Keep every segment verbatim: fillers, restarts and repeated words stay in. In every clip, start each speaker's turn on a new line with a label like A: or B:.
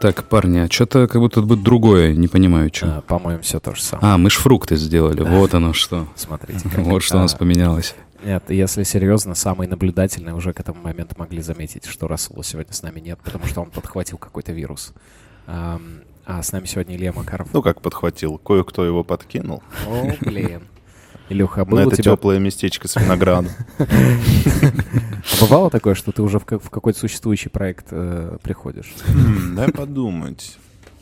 A: Так, парни, а что-то как будто будет другое, не понимаю, что.
B: А, по-моему, все то же самое.
A: А, мы ж фрукты сделали, вот оно что.
B: Смотрите.
A: Вот что у нас поменялось.
B: Нет, если серьезно, самые наблюдательные уже к этому моменту могли заметить, что Расула сегодня с нами нет, потому что он подхватил какой-то вирус. А, а с нами сегодня Илья Макаров.
C: Ну, как подхватил? Кое-кто его подкинул.
B: О, блин. Илюха, а было
C: на
B: у
C: это
B: тебя...
C: теплое местечко с виноградом.
B: Бывало такое, что ты уже в какой-то существующий проект э, приходишь?
C: Дай подумать.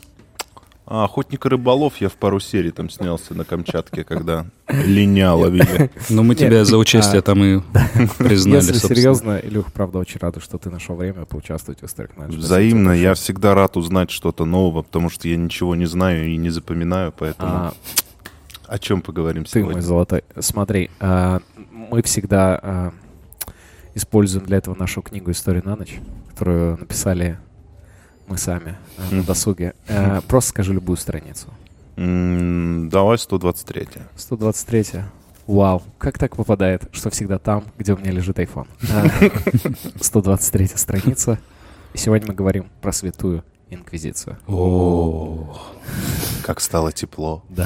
C: А, «Охотник и рыболов» я в пару серий там снялся на Камчатке, когда линя ловили.
A: Ну, мы тебя за участие там и признали,
B: Если
A: собственно.
B: серьезно, Илюх, правда, очень рада, что ты нашел время поучаствовать в «Историк Ночи».
C: Взаимно. Я всегда рад узнать что-то нового, потому что я ничего не знаю и не запоминаю, поэтому...
B: А,
C: О чем поговорим
B: Ты
C: сегодня?
B: мой золотой. Смотри, а, мы всегда а, используем для этого нашу книгу «История на ночь», которую написали мы сами а, на досуге. А, просто скажи любую страницу.
C: М, Давай сто двадцать третья.
B: сто двадцать третья. Вау, как так попадает, что всегда там, где у меня лежит айфон. А, сто двадцать третья страница. И сегодня мы говорим про Святую Инквизицию.
A: О,
C: Как стало тепло.
B: Да.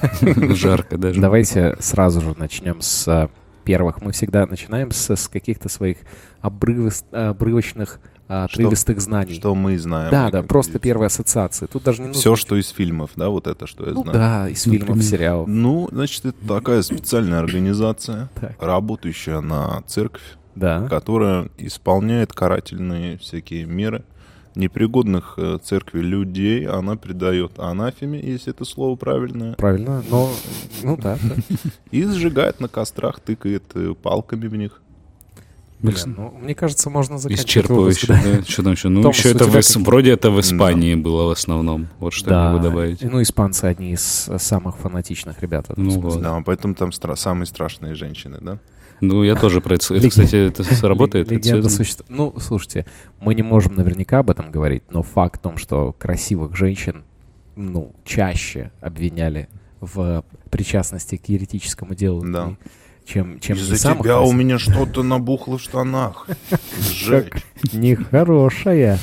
A: жарко даже.
B: Давайте сразу же начнем с а, первых. Мы всегда начинаем с, с каких-то своих обрывыс- обрывочных, а,
C: Что-
B: отрывистых знаний.
C: Что мы знаем.
B: Да,
C: о
B: да,
C: Инквизиции.
B: просто первые ассоциации. Тут даже не нужно...
C: Все, что из фильмов, да, вот это, что я
B: Ну
C: знаю.
B: да, из фильмов,
A: Например.
B: сериалов.
C: Ну, значит, это такая специальная организация,
B: Так.
C: работающая на церковь,
B: Да.
C: которая исполняет карательные всякие меры. Непригодных э, церкви людей она предает анафеме, если это слово правильное,
B: Правильно, но... Ну да, да.
C: и сжигает на кострах, тыкает э, палками в них.
B: Блин, ну, мне кажется, можно заканчивать
A: Исчерпывающе,
B: выпуск, да.
A: да? Что там еще? Ну,
B: Томас,
A: еще
B: у
A: это
B: тебя
A: в Ис-
B: какие?
A: вроде это в Испании было в основном. Вот что я могу
B: Да,
A: добавить.
B: ну, испанцы одни из э, самых фанатичных ребят. в этом
A: Ну
B: смысле.
A: вот.
C: Да, поэтому там стра- самые страшные женщины, да?
A: Ну, я тоже про это... Это, кстати, это работает? Это
B: Легенда
A: связано?
B: существует. Ну, слушайте, мы не можем наверняка об этом говорить, но факт в том, что красивых женщин, ну, чаще обвиняли в причастности к еретическому делу,
C: Да.
B: чем, чем не
C: Из-за
B: самых
C: тебя у
B: красивых.
C: меня что-то набухло в штанах. Жесть.
B: Нехорошая.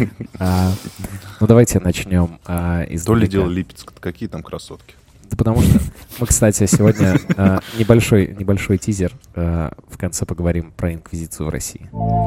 B: А, Ну, давайте начнем а,
C: То ли
B: издалека.
C: дело Липецк, какие там красотки.
B: Да потому что мы, кстати, сегодня а, небольшой, небольшой тизер. а, в конце поговорим про Инквизицию в России.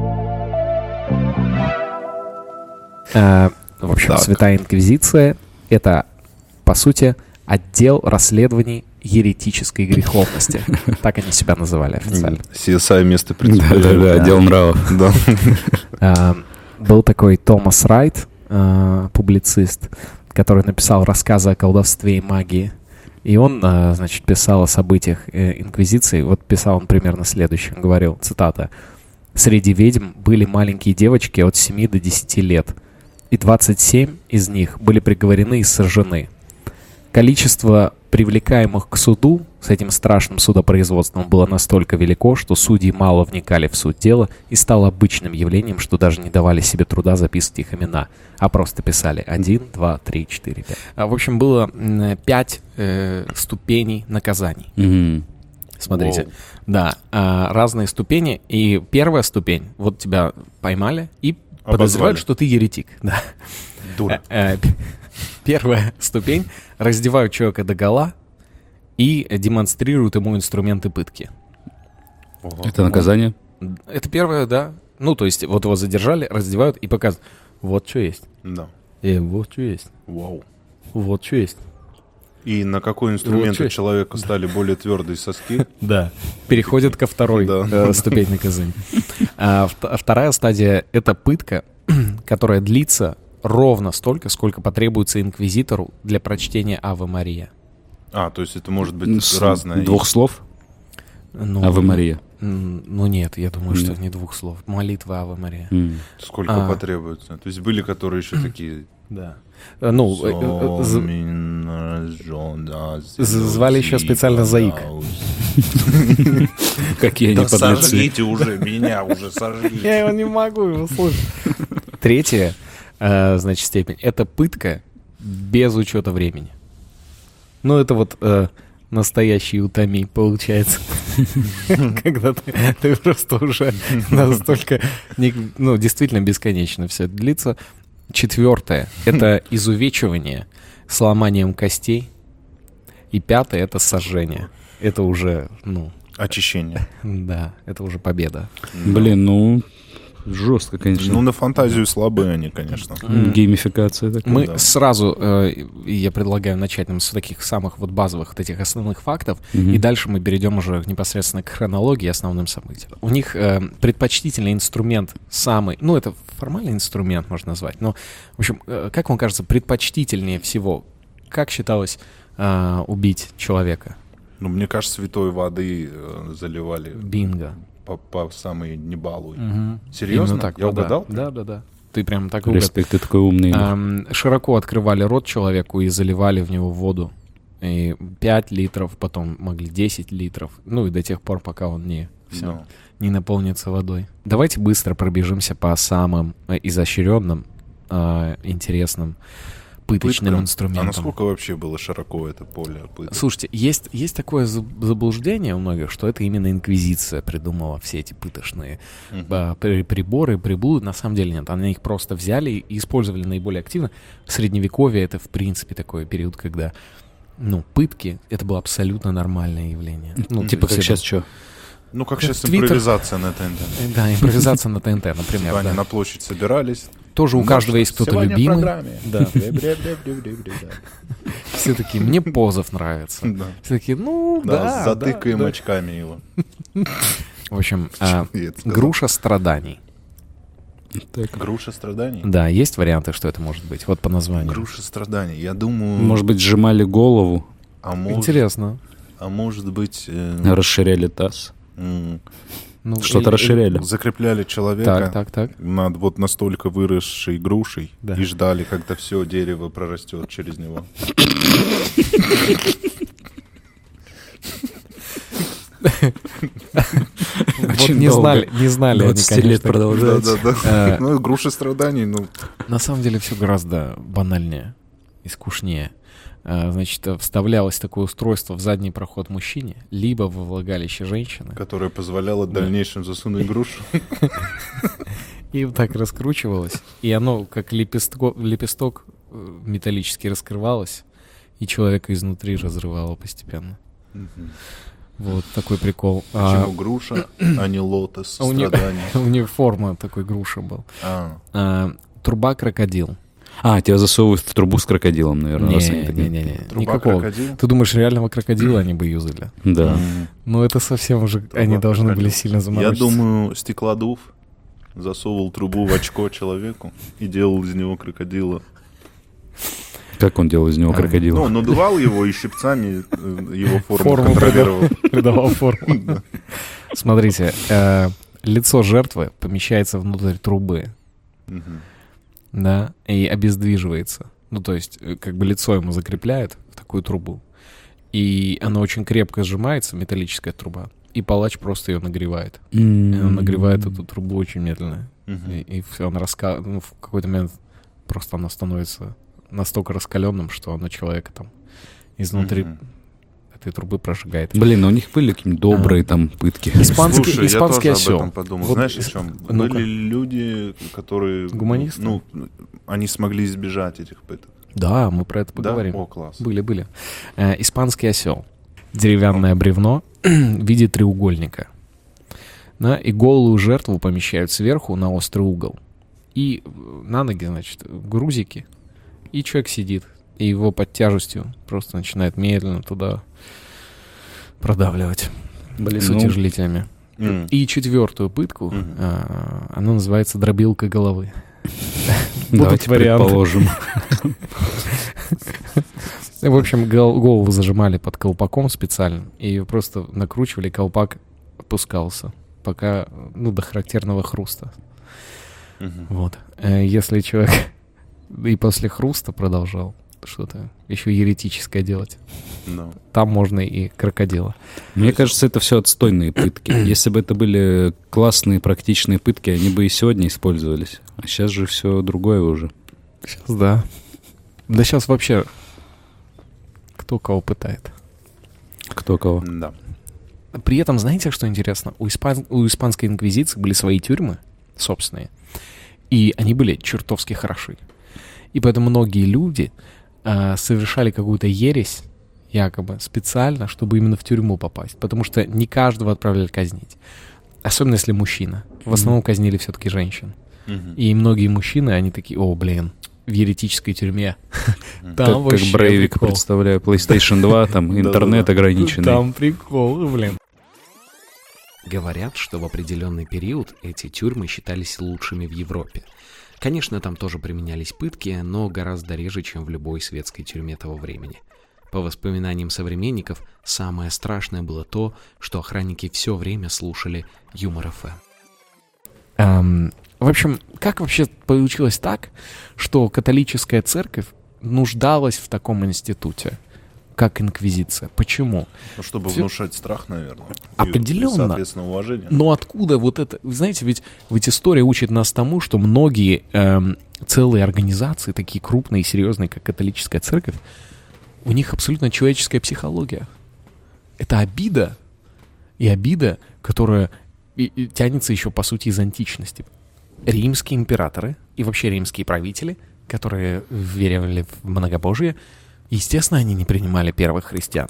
B: А, в общем,
C: Так.
B: Святая Инквизиция — это, по сути, отдел расследований еретической греховности. Так они себя называли официально.
C: си эс ай место
A: Да, да, да,
C: преступления.
A: отдел нравов.
C: Да.
B: А, Был такой Томас Райт, а, публицист, который написал рассказы о колдовстве и магии. И он, а, значит, писал о событиях э, Инквизиции. Вот писал он примерно следующее. Он говорил, цитата: «Среди ведьм были маленькие девочки от семи до десяти лет, и двадцать семь из них были приговорены и сожжены. Количество привлекаемых к суду с этим страшным судопроизводством было настолько велико, что судьи мало вникали в суть дела, и стало обычным явлением, что даже не давали себе труда записывать их имена, а просто писали один, два, три, четыре, пять». А, в общем, было м, пять э, ступеней наказаний.
A: Мгм.
B: Смотрите,
C: Воу.
B: да, а, разные ступени, и первая ступень, вот тебя поймали и
C: Обозвали.
B: подозревают, что ты еретик, да.
C: Дура.
B: Э, э, п- Первая ступень — раздевают человека догола и демонстрируют ему инструменты пытки.
C: Ого.
A: Это наказание?
B: Это первое, да. Ну, то есть вот его задержали, раздевают и показывают: вот что есть.
C: Да.
B: И вот что есть.
C: Вау.
B: Вот что есть.
C: И на какой инструмент
B: Вот
C: у человека стали более твердые соски?
B: Да. Переходит ко второй
C: Да.
B: э, ступени наказания. А вт- а вторая стадия — это пытка, которая длится ровно столько, сколько потребуется инквизитору для прочтения Аве Мария.
C: А, то есть это может быть
A: С
C: разное.
A: Двух слов?
B: Ну,
A: Аве Мария.
B: м, Ну нет, я думаю, что
A: Нет.
B: не двух слов. Молитва Аве Мария.
A: М.
C: Сколько
B: А.
C: потребуется? То есть были, которые еще такие...
B: Да. Э, Ну, э, э, з-
C: З-
B: звали еще специально Заик.
A: Какие они
C: Да
A: подлецы.
C: сожгите уже меня, уже сожгите.
B: я его не могу его слушать. Третья, э, значит, степень — это пытка без учета времени. Ну, это вот э, настоящий утоми получается. Когда ты, ты просто уже настолько, не- ну, действительно бесконечно все это длится. Четвертое — это изувечивание с ломанием костей. И пятое — это сожжение. Это уже, ну...
C: Очищение.
B: Да, это уже победа.
A: Блин, ну, жестко, конечно.
C: Ну, на фантазию слабые они, конечно.
A: М, Геймификация такая.
B: Мы
C: да.
B: сразу, э, я предлагаю начать нам с таких самых вот базовых вот этих основных фактов,
A: Мгм.
B: и дальше мы перейдем уже непосредственно к хронологии и основным событиям. У них э, предпочтительный инструмент самый, ну это формальный инструмент можно назвать, но, в общем, э, как вам кажется, предпочтительнее всего, как считалось э, убить человека?
C: Ну, мне кажется, святой воды э, заливали
B: Бинго.
C: по, по самой небалуй.
B: Мгм.
C: Серьезно?
B: Именно так,
C: Я
B: вот, да.
C: угадал?
B: Да, да, да. Ты прям так угадал.
A: Респект, ты такой умный. Игорь.
B: Ам, широко открывали рот человеку и заливали в него воду. И пять литров, потом могли десять литров. Ну и до тех пор, пока он не, всё,
C: Ну,
B: не наполнится водой. Давайте быстро пробежимся по самым э, изощренным, э, интересным пыточным
C: пытка.
B: инструментам.
C: А насколько вообще было широко это поле пыток?
B: Слушайте, есть, есть такое за- заблуждение у многих, что это именно инквизиция придумала все эти пыточные
C: Мгм.
B: а, при- приборы, приблуды. На самом деле нет. Они их просто взяли и использовали наиболее активно. В Средневековье это, в принципе, такой период, когда, ну, пытки — это было абсолютно нормальное явление. Ну,
A: Типа как
B: все
A: сейчас что?
C: Ну, как
B: Как
C: сейчас
B: Твиттер.
C: импровизация на ТНТ.
B: это- Да, импровизация на ТНТ, например.
C: Типа они
B: да.
C: на площадь собирались.
B: Тоже у
C: Ну,
B: каждого
C: что,
B: есть кто-то
C: сегодня в
B: любимый.
C: программе.
B: Да.
C: Бре-бре-бре-бре-бре-бре, да.
B: Все такие, мне Позов нравится.
C: Да.
B: Все такие, ну,
C: Да,
B: да,
C: затыкаем
B: да, да.
C: очками его.
B: В общем, а,
C: Я это сказал.
B: груша страданий.
A: Так.
C: Груша страданий?
B: Да, есть варианты, что это может быть? Вот по названию.
C: Груша страданий. Я думаю...
A: Может быть, сжимали голову,
C: А может,
B: Интересно.
C: а может быть... э,
A: расширяли таз.
C: м,
B: Ну,
A: Что-то
B: или-
A: расширяли.
C: закрепляли человека
B: Так, так, так.
C: над вот настолько выросшей грушей
B: Да.
C: и ждали, когда все дерево прорастет через него.
B: Вот
A: Очень
B: не
A: долго.
B: знали, не знали они,
A: двадцать лет
B: конечно.
A: продолжается.
C: Да-да-да.
B: Э,
C: Ну, груша страданий, ну,
B: На самом деле все гораздо банальнее и скучнее. Э, Значит, э, вставлялось такое устройство в задний проход мужчине, либо во влагалище женщины,
C: которая позволяла в
B: Да.
C: дальнейшем засунуть грушу.
B: и вот так раскручивалось, и оно как лепестко- лепесток э, металлически раскрывалось, и человека изнутри разрывало постепенно. Вот такой прикол. А,
C: Почему груша, а не лотос
B: а у неё-
C: страданий?
B: у нее форма такой груши был.
C: А,
B: А, Труба крокодил.
A: А, тебя засовывают в трубу с крокодилом, наверное. раз они такие.
B: Не-не-не,
C: труба
B: никакого.
C: крокодил?
B: Ты думаешь, реального крокодила они бы юзали?
A: Да.
C: М,
B: Ну, это совсем уже...
C: Труба
B: Они должны были
C: крокодил.
B: сильно
C: Я
B: заморочиться.
C: думаю, стеклодув засовывал трубу в очко человеку и делал из него крокодила.
A: Как он делал из него
B: А,
A: крокодила?
C: Ну, он надувал его и щипцами э, его форму
B: Форму
C: контролировал.
B: Придавал форму. Смотрите, э, лицо жертвы помещается внутрь трубы,
C: Мгм.
B: да, и обездвиживается. Ну, то есть, э, как бы лицо ему закрепляют в такую трубу, и она очень крепко сжимается, металлическая труба, и палач просто ее нагревает. И он нагревает эту трубу очень медленно.
C: Мгм.
B: И, все, он раска... ну, в какой-то момент просто она становится настолько раскаленным, что оно человека там изнутри
C: Мгм.
B: этой трубы прожигает.
A: Блин, ну у них были какие-нибудь добрые там пытки.
B: Испанский,
C: Слушай,
B: испанский
C: я тоже
B: осел.
C: об этом подумал.
B: Вот,
C: Знаешь, о
B: ис-
C: чем?
B: ну-ка.
C: Были люди, которые...
B: Гуманисты?
C: Ну, они смогли избежать этих пыток.
B: Да, мы про это
C: Да?
B: поговорим.
C: О, класс.
B: Были, были. Э, испанский осел. Деревянное бревно в виде треугольника. Да, и голую жертву помещают сверху на острый угол. И э, на ноги, значит, грузики. И человек сидит. И его под тяжестью просто начинает медленно туда продавливать.
A: Блин,
B: С
A: ну,
B: утяжелителями.
C: М.
B: И четвертую пытку,
C: Мгм.
B: а, она называется дробилка головы.
A: давайте
B: варианты.
A: предположим.
B: В общем, гол- голову зажимали под колпаком специально, и её просто накручивали, колпак опускался, пока, ну, до характерного хруста.
C: Мгм.
B: Вот. Э, Если человек и после хруста продолжал что-то еще еретическое делать,
C: Да.
B: там можно и крокодила.
A: Мне кажется, это все отстойные пытки. Если бы это были классные, практичные пытки, они бы и сегодня использовались. А сейчас же все другое уже.
B: Сейчас, да. Да сейчас вообще кто кого пытает.
A: Кто кого.
C: Да.
B: При этом, знаете, что интересно? У, испан- у испанской инквизиции были свои тюрьмы собственные, и они были чертовски хороши. И поэтому многие люди э, совершали какую-то ересь, якобы, специально, чтобы именно в тюрьму попасть. Потому что не каждого отправляли казнить. Особенно если мужчина. В основном казнили все-таки женщин. Mm-hmm. И многие мужчины, они такие, о, блин, в еретической тюрьме.
A: Mm-hmm. Там как, как Брейвик, прикол. Представляю, PlayStation два, там интернет ограниченный.
B: Там прикол, блин.
D: Говорят, что в определенный период эти тюрьмы считались лучшими в Европе. Конечно, там тоже применялись пытки, но гораздо реже, чем в любой светской тюрьме того времени. По воспоминаниям современников, самое страшное было то, что охранники все время слушали Юмор эф эм.
B: Um, в общем, как вообще получилось так, что католическая церковь нуждалась в таком институте, как инквизиция? Почему?
C: Ну, чтобы
B: Все...
C: внушать страх, наверное.
B: Определенно.
C: И, соответственно, уважение.
B: Но откуда вот это... Вы знаете, ведь, ведь история учит нас тому, что многие эм, целые организации, такие крупные и серьезные, как католическая церковь, у них абсолютно человеческая психология. Это обида, и обида, которая и, и тянется еще, по сути, из античности. Римские императоры и вообще римские правители, которые верили в многобожие, естественно, они не принимали первых христиан.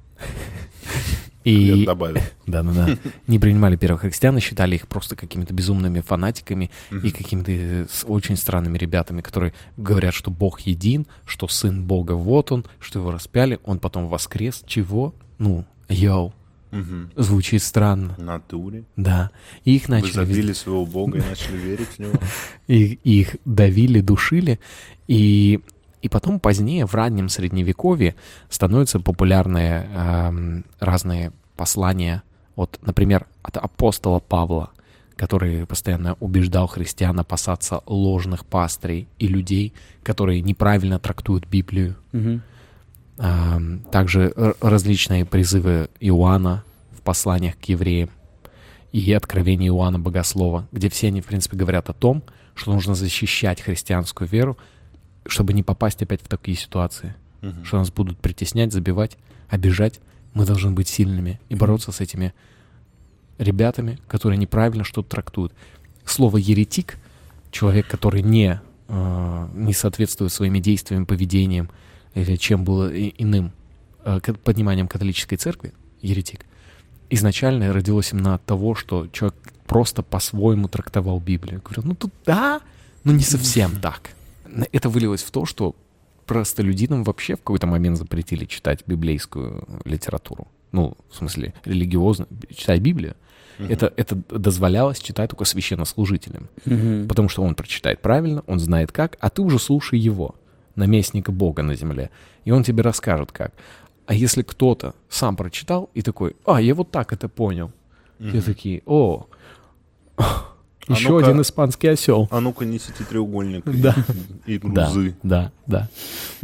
B: И... Да-да-да. Не принимали первых христиан и считали их просто какими-то безумными фанатиками mm-hmm. и какими-то очень странными ребятами, которые говорят, что Бог един, что Сын Бога вот Он, что Его распяли, Он потом воскрес. Чего? Ну, йоу. Mm-hmm. Звучит странно.
C: В натуре.
B: Да. И их начали...
C: Вы забили своего Бога и начали верить в Него.
B: И их давили, душили. И... И потом позднее, в раннем Средневековье, становятся популярные э, разные послания от, например, от апостола Павла, который постоянно убеждал христиан опасаться ложных пастырей и людей, которые неправильно трактуют Библию. Mm-hmm. Э, также р- различные призывы Иоанна в посланиях к евреям и откровения Иоанна Богослова, где все они, в принципе, говорят о том, что нужно защищать христианскую веру, чтобы не попасть опять в такие ситуации, uh-huh. что нас будут притеснять, забивать, обижать. Мы должны быть сильными и бороться с этими ребятами, которые неправильно что-то трактуют. Слово «еретик», человек, который не, э, не соответствует своими действиями, поведением или чем было и, иным э, пониманием католической церкви, еретик, изначально родилось именно от того, что человек просто по-своему трактовал Библию. Говорил, ну тут да, но не совсем так. Это вылилось в то, что простолюдинам вообще в какой-то момент запретили читать библейскую литературу. Ну, в смысле, религиозно, читать Библию. Uh-huh. Это, это дозволялось читать только священнослужителям. Uh-huh. Потому что он прочитает правильно, он знает как, а ты уже слушай его, наместника Бога на земле. И он тебе расскажет как. А если кто-то сам прочитал и такой, а, я вот так это понял. Uh-huh. Все такие, о... Еще а один испанский осел.
C: А ну-ка несите треугольник
B: да.
C: и, и грузы.
B: Да, да, да.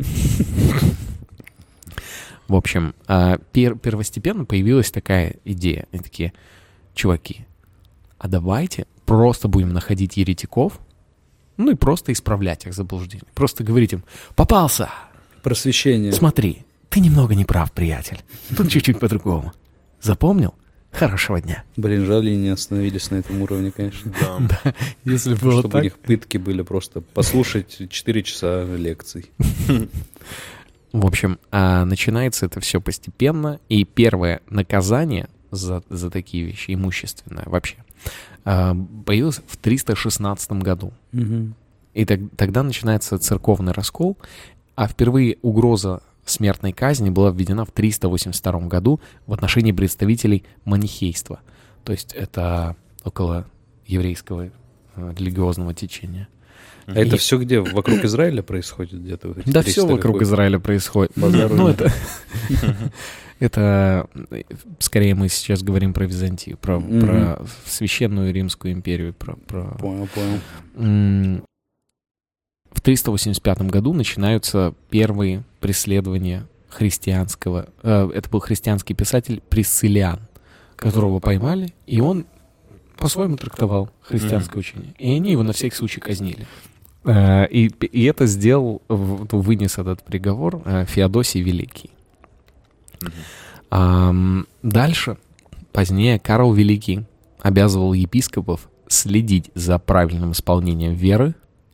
B: В общем, пер- первостепенно появилась такая идея. Они такие, чуваки, а давайте просто будем находить еретиков, ну и просто исправлять их заблуждения. Просто говорить им, попался!
A: Просвещение.
B: Смотри, ты немного не прав, приятель. Тут чуть-чуть по-другому. Запомнил? Хорошего дня.
A: Блин, жаль, не остановились на этом уровне, конечно.
C: Да.
B: Да. Если было
A: Чтобы
B: так...
A: у них пытки были просто послушать четыре часа лекций.
B: В общем, начинается это все постепенно, и первое наказание за, за такие вещи, имущественное вообще, появилось в триста шестнадцатом году. Угу. И так, тогда начинается церковный раскол, а впервые угроза смертной казни была введена в триста восемьдесят втором году в отношении представителей манихейства. То есть это около еврейского э, религиозного течения.
A: А и... это все где? Вокруг Израиля происходит где-то? Вот
B: да, все вокруг Израиля происходит. Ну, это... Это скорее мы сейчас говорим про Византию, про, mm-hmm. про священную Римскую империю. Про, про...
A: Понял, понял.
B: В триста восемьдесят пятом году начинаются первые преследования христианского... Э, это был христианский писатель Присциллиан, которого поймали, и он по-своему трактовал христианское mm-hmm. учение. И они его на всякий случай казнили. Э, и, и это сделал, вынес этот приговор э, Феодосий Великий. Mm-hmm. А, дальше, позднее, Карл Великий обязывал епископов следить за правильным исполнением веры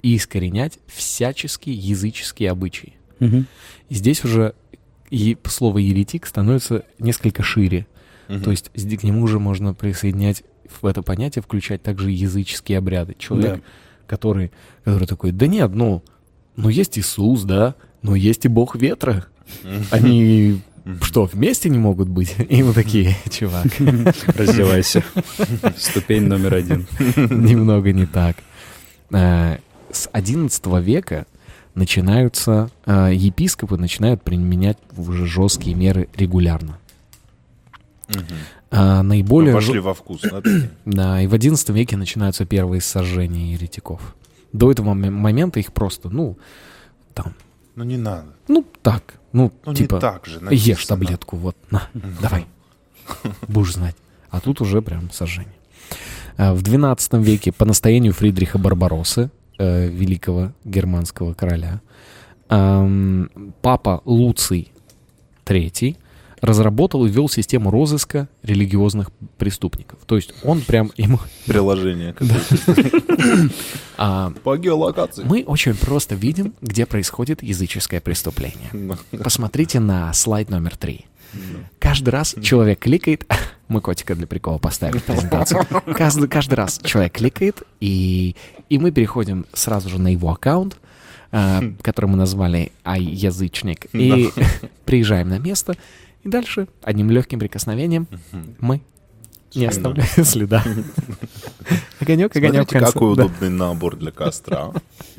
B: и искоренять всяческие языческие обычаи.
A: Мгм.
B: И здесь уже и слово «еретик» становится несколько шире.
C: Мгм.
B: То есть зд- к нему уже можно присоединять в это понятие, включать также языческие обряды. Человек,
A: Да.
B: который, который такой, да нет, ну, ну есть Иисус, да, но есть и Бог ветра. Они что, вместе не могут быть? И мы такие, чувак,
A: Раздевайся. Ступень номер один.
B: немного не так. Э, С одиннадцатого века начинаются, э, епископы начинают применять уже жесткие меры регулярно.
C: Мгм.
B: А
C: Мы
B: наиболее...
C: Пошли
B: жё-
C: во вкус, да, такие?
B: Да, и в одиннадцатом веке начинаются первые сожжения еретиков. До этого мо- момента их просто, ну, там,
C: Ну не надо.
B: ну, так, ну,
C: Ну
B: типа,
C: не так же
B: ешь
C: написано.
B: таблетку, вот, на, давай, будешь знать. А тут уже прям сожжение. А В двенадцатом веке по настоянию Фридриха Барбароссы, э, великого германского короля, ам, папа Луций третий разработал и ввел систему розыска религиозных преступников. То есть он прям ему...
C: Приложение какое-то.
B: а,
C: По геолокации.
B: мы очень просто видим, где происходит языческое преступление.
C: Ну,
B: Посмотрите на слайд номер три. Каждый раз человек кликает... Мы котика для прикола поставили в презентацию. Каждый, каждый раз человек кликает, и, и мы переходим сразу же на его аккаунт, э, который мы назвали «Ай-язычник», и приезжаем на место, и дальше одним легким прикосновением мы не оставляем следа. Огонек, огонек в
C: Смотрите,
B: конце.
C: какой
B: Да.
C: удобный набор для костра.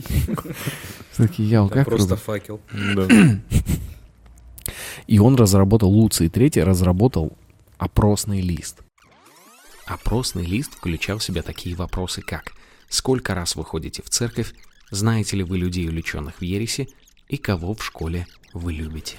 B: Такие, яу,
A: Это
B: как
A: просто
B: круто.
A: факел.
C: Да.
B: И он разработал, Луций третий разработал опросный лист.
D: Опросный лист включал в себя такие вопросы, как «Сколько раз вы ходите в церковь?», «Знаете ли вы людей, увлеченных в ереси?» и «Кого в школе вы любите?».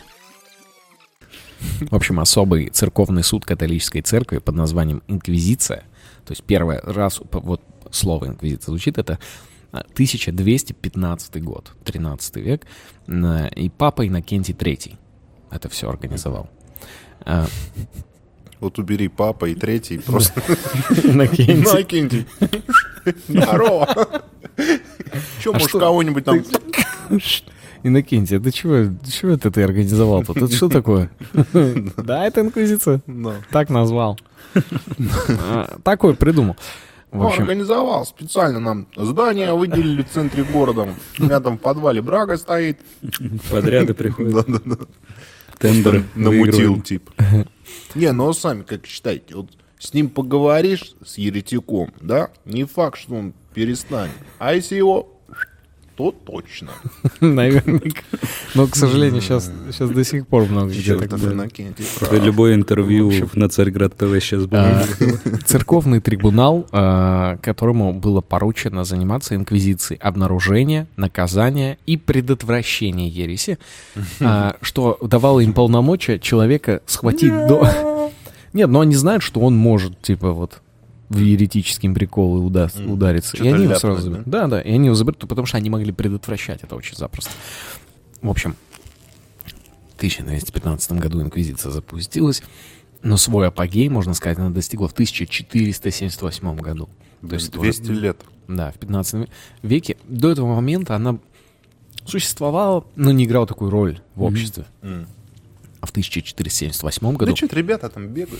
B: В общем, особый церковный суд католической церкви под названием «Инквизиция», то есть первый раз вот слово «инквизиция» звучит, это тысяча двести пятнадцатый год, тринадцатый век, э, и папа Иннокентий третий это все организовал. А,
C: Вот убери папа и третий, просто
B: Иннокентий.
C: Иннокентий. Здорово. Че,
B: А
C: может,
B: что?
C: кого-нибудь там...
B: Иннокентий, ты чего, чего это ты организовал тут? Это что такое? Да, это инквизиция.
C: Да.
B: Так назвал. А, Такой придумал. В
C: Он
B: общем,
C: организовал специально нам здание, выделили в центре города. У меня там в подвале брага стоит.
A: Подряды приходят.
C: Да-да-да.
A: Тендеры
C: Намутил,
A: выигрываем.
C: типа. Не, ну сами как считаете, вот с ним поговоришь, с еретиком, да, не факт, что он перестанет. А если его, то точно.
B: наверняка. Но, к сожалению, сейчас, сейчас до сих пор много где так
C: Чертов
B: делают.
C: Иннокентий.
A: Это любое интервью на Царьград ТВ сейчас
B: А,
A: будет.
B: Церковный трибунал, а, которому было поручено заниматься инквизицией обнаружения, наказания и предотвращения ереси, а, что давало им полномочия человека схватить до... Нет, но они знают, что он может, типа, вот в еретические приколы удаст,
C: Мгм.
B: удариться. И
C: Что-то
B: они его
C: ляпнуть,
B: сразу заберут. Да, да, и они его заберут, потому что они могли предотвращать это очень запросто. В общем, в тысяча двести пятнадцатом году инквизиция запустилась, но свой апогей, можно сказать, она достигла в тысяча четыреста семьдесят восьмом году. То есть это уже-
C: двести лет.
B: Да, в пятнадцатом веке. До этого момента она существовала, но не играла такую роль в обществе.
C: М.
B: А в тысяча четыреста семьдесят восьмом году
C: Да что-то ребята там бегают.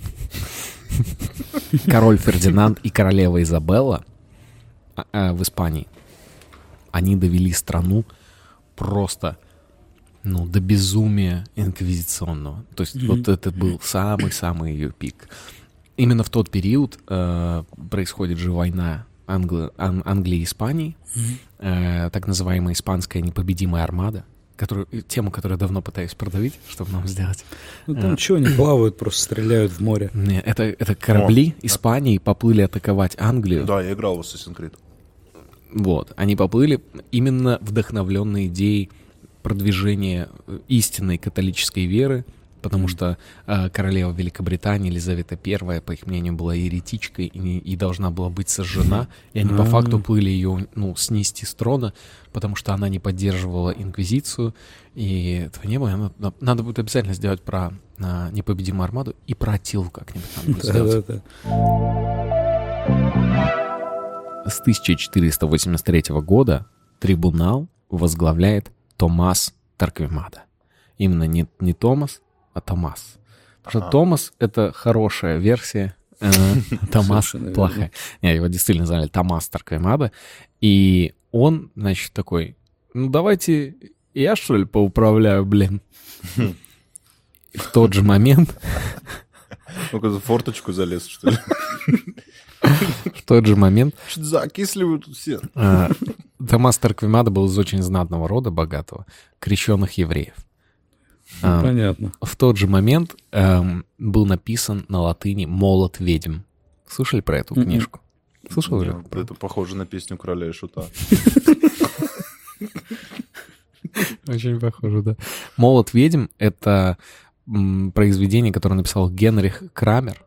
B: король Фердинанд и королева Изабелла а, а, в Испании, они довели страну просто, ну, до безумия инквизиционного. То есть вот это был самый-самый ее пик. Именно в тот период э, происходит же война Англи- Ан- Англии и Испании, э, так называемая испанская непобедимая армада, которую, тему, которую я давно пытаюсь продавить, чтобы нам сделать.
A: Ну там что, они плавают, просто стреляют в море.
B: Не, это, это корабли Испании поплыли атаковать Англию.
C: Да, я играл в Assassin's Creed.
B: Вот, они поплыли именно вдохновленные идеей продвижения э, истинной католической веры, потому что э, королева Великобритании Елизавета Первая, по их мнению, была еретичкой и, не- и должна была быть сожжена, и они по
A: А.
B: факту плыли ее, ну, снести с трона, потому что она не поддерживала инквизицию, и этого не было. И она- на- надо будет обязательно сделать про э, непобедимую армаду и про Аттилу как-нибудь надо будет сделать.
A: Да-да-да.
B: С тысяча четыреста восемьдесят третьего года трибунал возглавляет Томас Торквемада. Именно не, не Томас, а Томас. Потому что А-а. Томас — это хорошая версия, э, Томас — плохая. Не, его действительно звали Томас Торквемада. И он, значит, такой, ну давайте я, что ли, поуправляю, блин. В тот же момент...
C: Ну-ка, за форточку залез, что ли?
B: В тот же момент...
C: Что-то закисливают тут все.
B: Томас Торквемада был из очень знатного рода, богатого, крещенных евреев.
A: Понятно.
B: В тот же момент эм, был написан на латыни «Молот ведьм». Слышали про эту книжку? Слышал уже?
C: Это похоже на песню «Короля и Шута».
B: Очень похоже, да. «Молот ведьм» — это м, произведение, которое написал Генрих Крамер.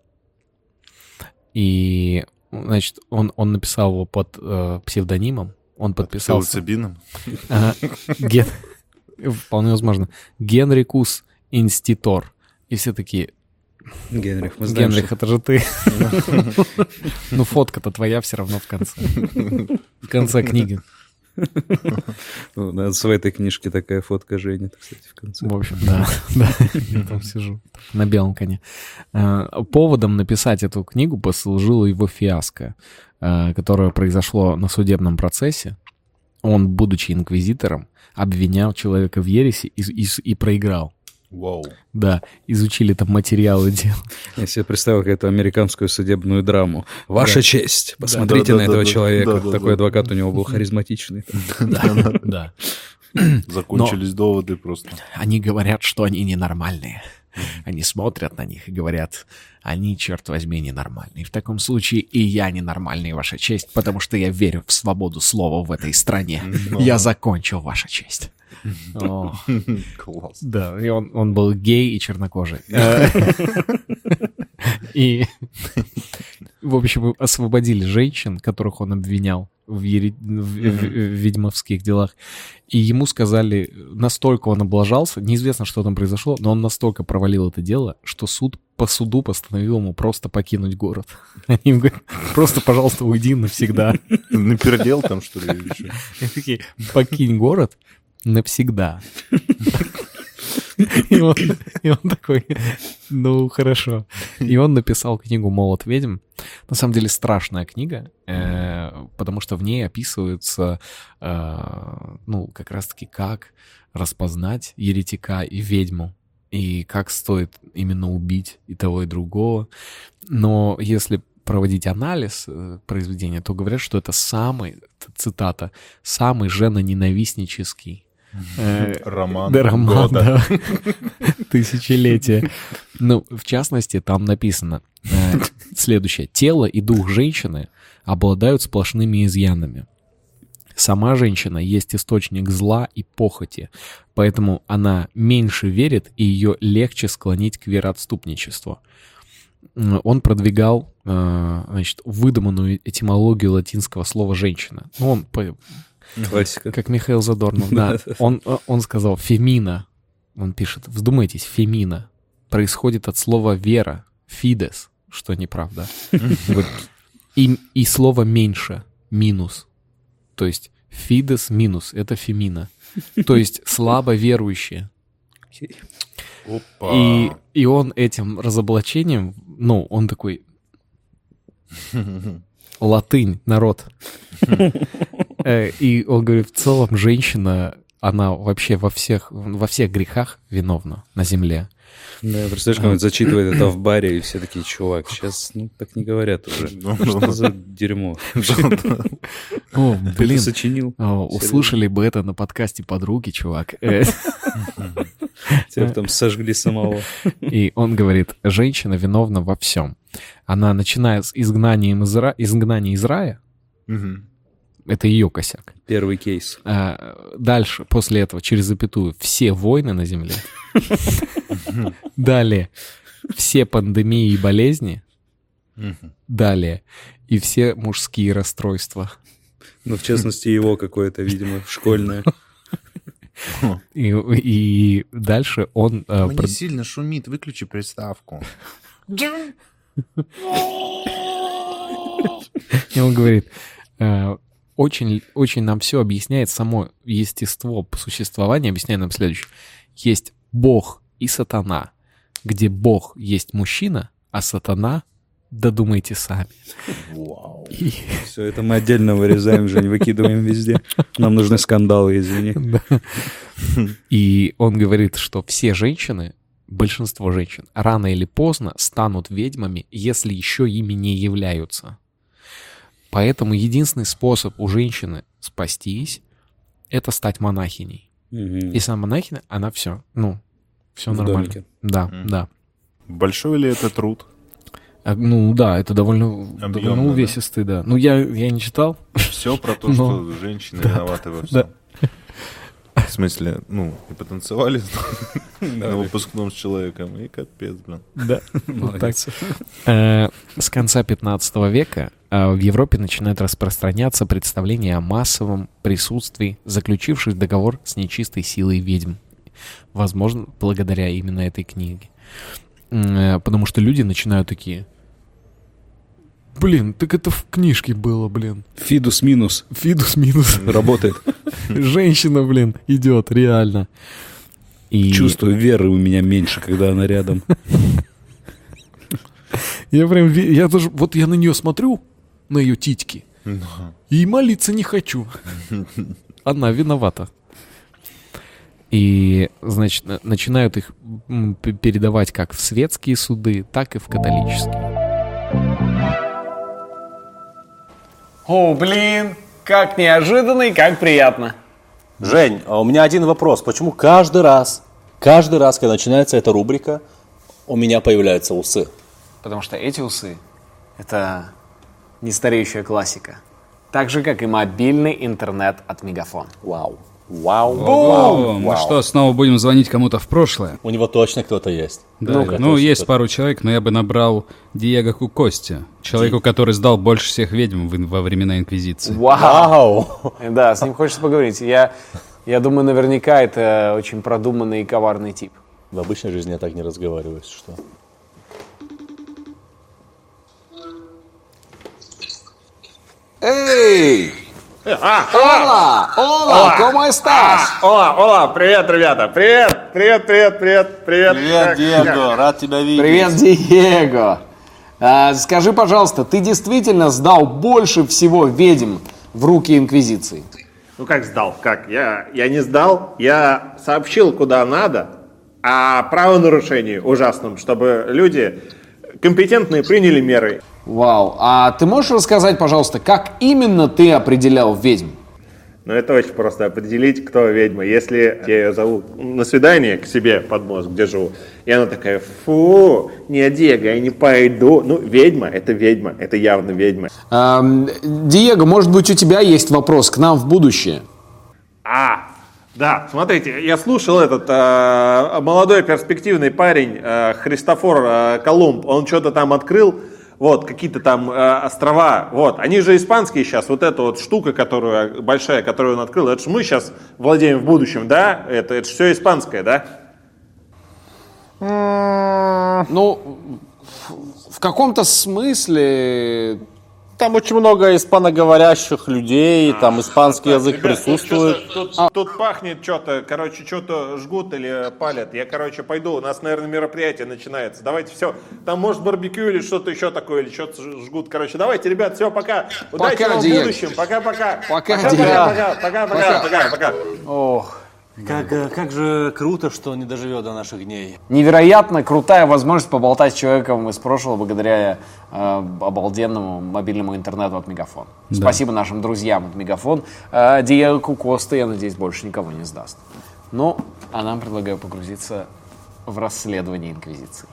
B: И, значит, он, он написал его под э, псевдонимом. Он подписался...
C: Псилоцибином?
B: Ага. Ген... Вполне возможно. Генрикус Инститор. И все такие...
A: Генрих, мы знаем,
B: Генрих,
A: что...
B: это же ты. Ну, фотка-то твоя все равно в конце. В конце книги.
A: В этой книжке такая фотка Жени, кстати, в конце.
B: В общем, да. Я там сижу на белом коне. Поводом написать эту книгу послужило его фиаско, которое произошло на судебном процессе. Он, будучи инквизитором, обвинял человека в ереси и, и, и проиграл.
C: Вау.
B: Да, изучили там материалы дела.
A: Я себе представил какую-то американскую судебную драму. Ваша
B: Да.
A: честь, посмотрите
C: Да,
A: на
C: да,
A: этого
C: да,
A: человека.
C: да, да,
A: Такой
C: да.
A: адвокат у него был харизматичный.
B: Да, да.
C: Закончились доводы просто.
B: Они говорят, что они ненормальные. Они смотрят на них и говорят, они, черт возьми, ненормальные. В таком случае и я ненормальный, ваша честь, потому что я верю в свободу слова в этой стране. Я закончил, ваша честь. О,
C: Класс.
B: да, и он, он был гей и чернокожий. И, в общем, освободили женщин, которых он обвинял в, ере... в, в, в ведьмовских делах. И ему сказали, настолько он облажался, неизвестно, что там произошло, но он настолько провалил это дело, что суд по суду постановил ему просто покинуть город. Они ему говорят, просто, пожалуйста, уйди навсегда.
C: Напердел там, что ли, или что?
B: И такие, покинь город навсегда. И он, и он такой, ну, хорошо. И он написал книгу «Молот ведьм». На самом деле страшная книга, э, потому что в ней описывается, э, ну, как раз-таки, как распознать еретика и ведьму, и как стоит именно убить и того, и другого. Но если проводить анализ э, произведения, то говорят, что это самый, цитата, самый женоненавистнический
C: Роман.
B: Да, роман,
C: года.
B: да. Тысячелетие. Ну, в частности, там написано э, следующее. Тело и дух женщины обладают сплошными изъянами. Сама женщина есть источник зла и похоти, поэтому она меньше верит, и ее легче склонить к вероотступничеству. Он продвигал, э, значит, выдуманную этимологию латинского слова «женщина». Ну, он...
A: Классика.
B: Как Михаил Задорнов, да. Он, он сказал «фемина». Он пишет, вздумайтесь, «фемина» происходит от слова «вера», «фидес», что неправда. И, и слово «меньше», «минус». То есть «фидес» минус — это «фемина». То есть слабо верующие.
C: Опа.
B: И, и он этим разоблачением, ну, он такой... Латынь, народ. И он говорит, в целом женщина, она вообще во всех, во всех грехах виновна на земле.
A: Да, представляешь, как он зачитывает это в баре, и все такие, чувак, сейчас ну, так не говорят уже. Что за дерьмо?
B: О, блин,
A: сочинил.
B: Услышали бы это на подкасте «Подруги», чувак.
A: Тебя там сожгли самого.
B: И он говорит, женщина виновна во всем. Она, начиная с изгнанием из, ра... изгнания из рая, это ее косяк.
A: Первый кейс.
B: А, дальше, после этого, через запятую, все войны на земле. Далее, все пандемии и болезни. Далее, и все мужские расстройства.
A: Ну, в частности, его какое-то, видимо, школьное.
B: И, и дальше он...
C: Он
B: э,
C: не
B: прод-
C: сильно шумит, выключи приставку.
B: И он говорит, Э, Очень, очень нам все объясняет само естество существования. Объясняет нам следующее. Есть Бог и сатана, где Бог есть мужчина, а сатана, додумайте сами.
C: Вау.
B: И,
A: Все это мы отдельно вырезаем, Жень, выкидываем везде. Нам нужны скандалы, извини.
B: да. И он говорит, что все женщины, большинство женщин, рано или поздно станут ведьмами, если еще ими не являются. Поэтому единственный способ у женщины спастись — это стать монахиней.
A: Мгм.
B: И сама монахиня, она все, ну, все
A: В
B: нормально.
A: домике.
B: Да,
C: Мгм.
B: да.
C: Большой ли это труд?
B: А, ну да, это довольно,
C: Объемно,
B: довольно
C: да?
B: увесистый, да. Ну я, я не читал.
C: Все про то,
B: Но-
C: что женщины виноваты во всем. В смысле, ну, и потанцевали на выпускном с человеком, и капец, блин.
B: Да, вот так.
A: Молодец.
B: Э, С конца пятнадцатого века э, в Европе начинают распространяться представления о массовом присутствии заключивших договор с нечистой силой ведьм. Возможно, благодаря именно этой книге. М, э, Потому что люди начинают такие: блин, так это в книжке было, блин.
A: Фидус минус.
B: Фидус минус.
A: Работает.
B: Женщина, блин, идет, реально. И
A: Чувствую, веры у меня меньше, когда она рядом.
B: я прям, ве- я даже, вот я на нее смотрю, на ее титьки, и молиться не хочу. Она виновата. И, значит, на- начинают их м, п- передавать как в светские суды, так и в католические.
E: О, блин, как неожиданно и как приятно.
F: Жень, а у меня один вопрос. Почему каждый раз, каждый раз, когда начинается эта рубрика, у меня появляются усы?
E: Потому что эти усы – это нестареющая классика. Так же, как и мобильный интернет от Мегафон.
F: Вау. Вау.
A: О, мы
F: Вау.
A: что, снова будем звонить кому-то в прошлое?
F: У него точно кто-то есть.
A: Да,
F: Ну-ка,
A: ну,
F: точно
A: есть
F: кто-то.
A: пару человек, но я бы набрал Диего Кукости, человеку, который сдал больше всех ведьм в- во времена Инквизиции.
E: Вау!
F: Вау.
E: Да, с ним хочется поговорить. Я, я думаю, наверняка это очень продуманный и коварный тип.
F: В обычной жизни я так не разговариваю, если что.
E: Эй! Ола! Ола! ¿Cómo estás?
G: Ола, ола, привет, ребята, привет, привет, привет, привет, привет.
F: Привет,
G: Как-
F: Диего, рад тебя видеть.
E: Привет, Диего! А, скажи, пожалуйста, ты действительно сдал больше всего ведьм в руки Инквизиции?
G: Ну как сдал, как? Я, я не сдал, я сообщил, куда надо, о правонарушении ужасном, чтобы люди компетентные приняли меры.
E: Вау. А ты можешь рассказать, пожалуйста, как именно ты определял ведьм?
G: Но это очень просто определить, кто ведьма. Если я ее зову на свидание к себе под мост, где живу, и она такая: фу, не, Диего, я не пойду. Ну, ведьма, это ведьма, это явно ведьма.
E: Эм, Диего, может быть, у тебя есть вопрос к нам в будущее?
G: А, да, смотрите, я слушал этот э, молодой перспективный парень э, Христофор э, Колумб, он что-то там открыл, вот, какие-то там э, острова, вот, они же испанские сейчас, вот эта вот штука, которую, большая, которую он открыл, это же мы сейчас владеем в будущем, да, это, это же все испанское, да?
E: Ну, в, в каком-то смысле...
F: Там очень много испаноговорящих людей, там испанский язык
G: Ребят, тут
F: присутствует.
G: что-то- Тут, тут пахнет что-то, короче, что-то жгут или палят. Я, короче, пойду, у нас, наверное, мероприятие начинается. Давайте, все, там может барбекю или что-то еще такое, или что-то жгут. Короче, давайте, ребят, все, пока. Удачи
E: Пока,
G: вам в
E: Диего.
G: будущем, пока-пока.
E: Пока,
G: пока,
E: Диего.
G: пока, пока, пока, пока, пока.
E: Ох,
F: Как, э, как же круто, что он не доживет до наших дней.
E: невероятно крутая возможность поболтать с человеком из прошлого благодаря э, обалденному мобильному интернету от Мегафон. Спасибо нашим друзьям от Мегафон. Э, Диего Кукоста, я надеюсь, больше никого не сдаст. Ну, а нам предлагаю погрузиться в расследование Инквизиции.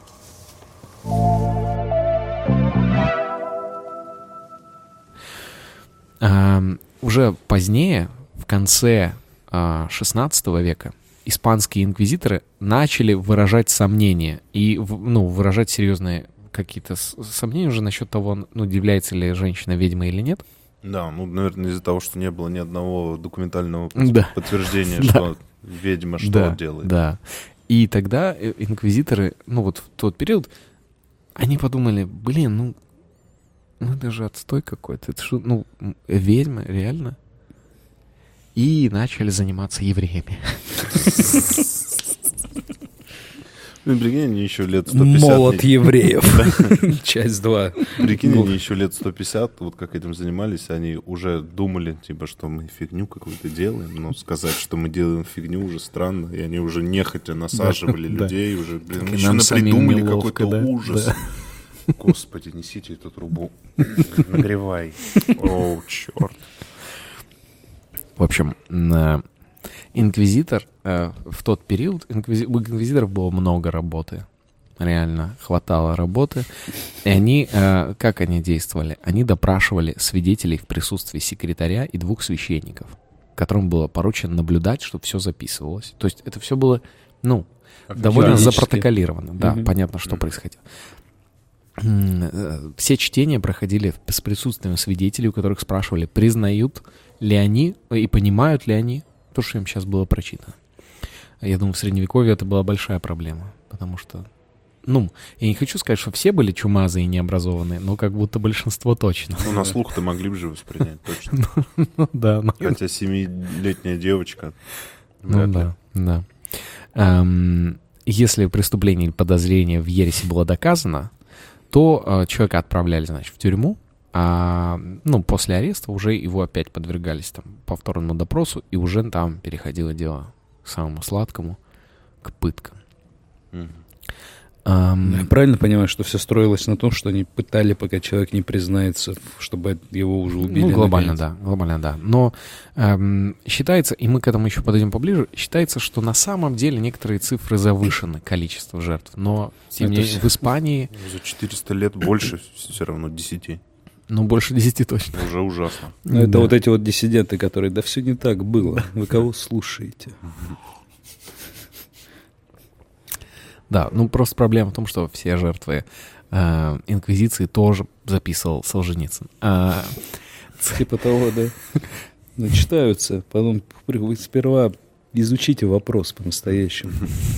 B: Ам, Уже позднее, в конце а, шестнадцатого века, испанские инквизиторы начали выражать сомнения и в- ну, выражать серьезные какие-то с- сомнения уже насчет того, ну, является ли женщина ведьмой или нет.
C: Да, ну, наверное, из-за того, что не было ни одного документального
B: Да.
C: подтверждения,
B: Да.
C: что ведьма что
B: да,
C: делает.
B: Да. И тогда э, инквизиторы, ну вот в тот период, они подумали, блин, ну, Ну, это же отстой какой-то. Это что, ну, ведьмы, реально? И начали заниматься евреями.
C: Ну, прикинь, они еще лет сто пятьдесят...
A: Молот евреев. Часть два.
C: Прикинь, они еще лет сто пятьдесят, вот как этим занимались, они уже думали, типа, что мы фигню какую-то делаем, но сказать, что мы делаем фигню, уже странно, и они уже нехотя насаживали людей, уже, блин, мы еще напридумали какой-то ужас. Господи, несите эту трубу, нагревай. О, черт.
B: В общем, инквизитор э, в тот период, инквизи... у инквизиторов было много работы, реально хватало работы, и они, э, как они действовали? Они допрашивали свидетелей в присутствии секретаря и двух священников, которым было поручено наблюдать, чтобы все записывалось. То есть это все было, ну, довольно запротоколировано, да, угу. Понятно, что угу. происходило. Все чтения проходили с присутствием свидетелей, у которых спрашивали, признают ли они и понимают ли они то, что им сейчас было прочитано. Я думаю, в Средневековье это была большая проблема, потому что, ну, я не хочу сказать, что все были чумазые и необразованные, но как будто большинство точно.
C: Ну, на слух-то могли бы же воспринять точно.
B: Ну, да.
C: Хотя семилетняя девочка.
B: Ну, да, да. Если преступление или подозрение в ереси было доказано, то человека отправляли, значит, в тюрьму, а, ну, после ареста уже его опять подвергались там повторному допросу, и уже там переходило дело к самому сладкому, к пыткам.
C: Mm-hmm.
A: Um, Я правильно понимаю, что все строилось на том, что они пытали, пока человек не признается, чтобы его уже убили?
B: Ну, глобально, наконец. да, глобально, да. Но эм, считается, и мы к этому еще подойдем поближе, считается, что на самом деле некоторые цифры завышены, количество жертв, но тем не менее в Испании...
C: За четыреста лет больше все равно десяти.
B: Ну, больше десяти точно.
C: Уже ужасно.
A: Ну, это да. Вот эти вот диссиденты, которые, да все не так было, вы кого слушаете?
B: Да, ну просто проблема в том, что все жертвы э, инквизиции тоже записывал Солженицын. А...
A: Типа того, да. Начитаются, потом вы сперва изучите вопрос по-настоящему.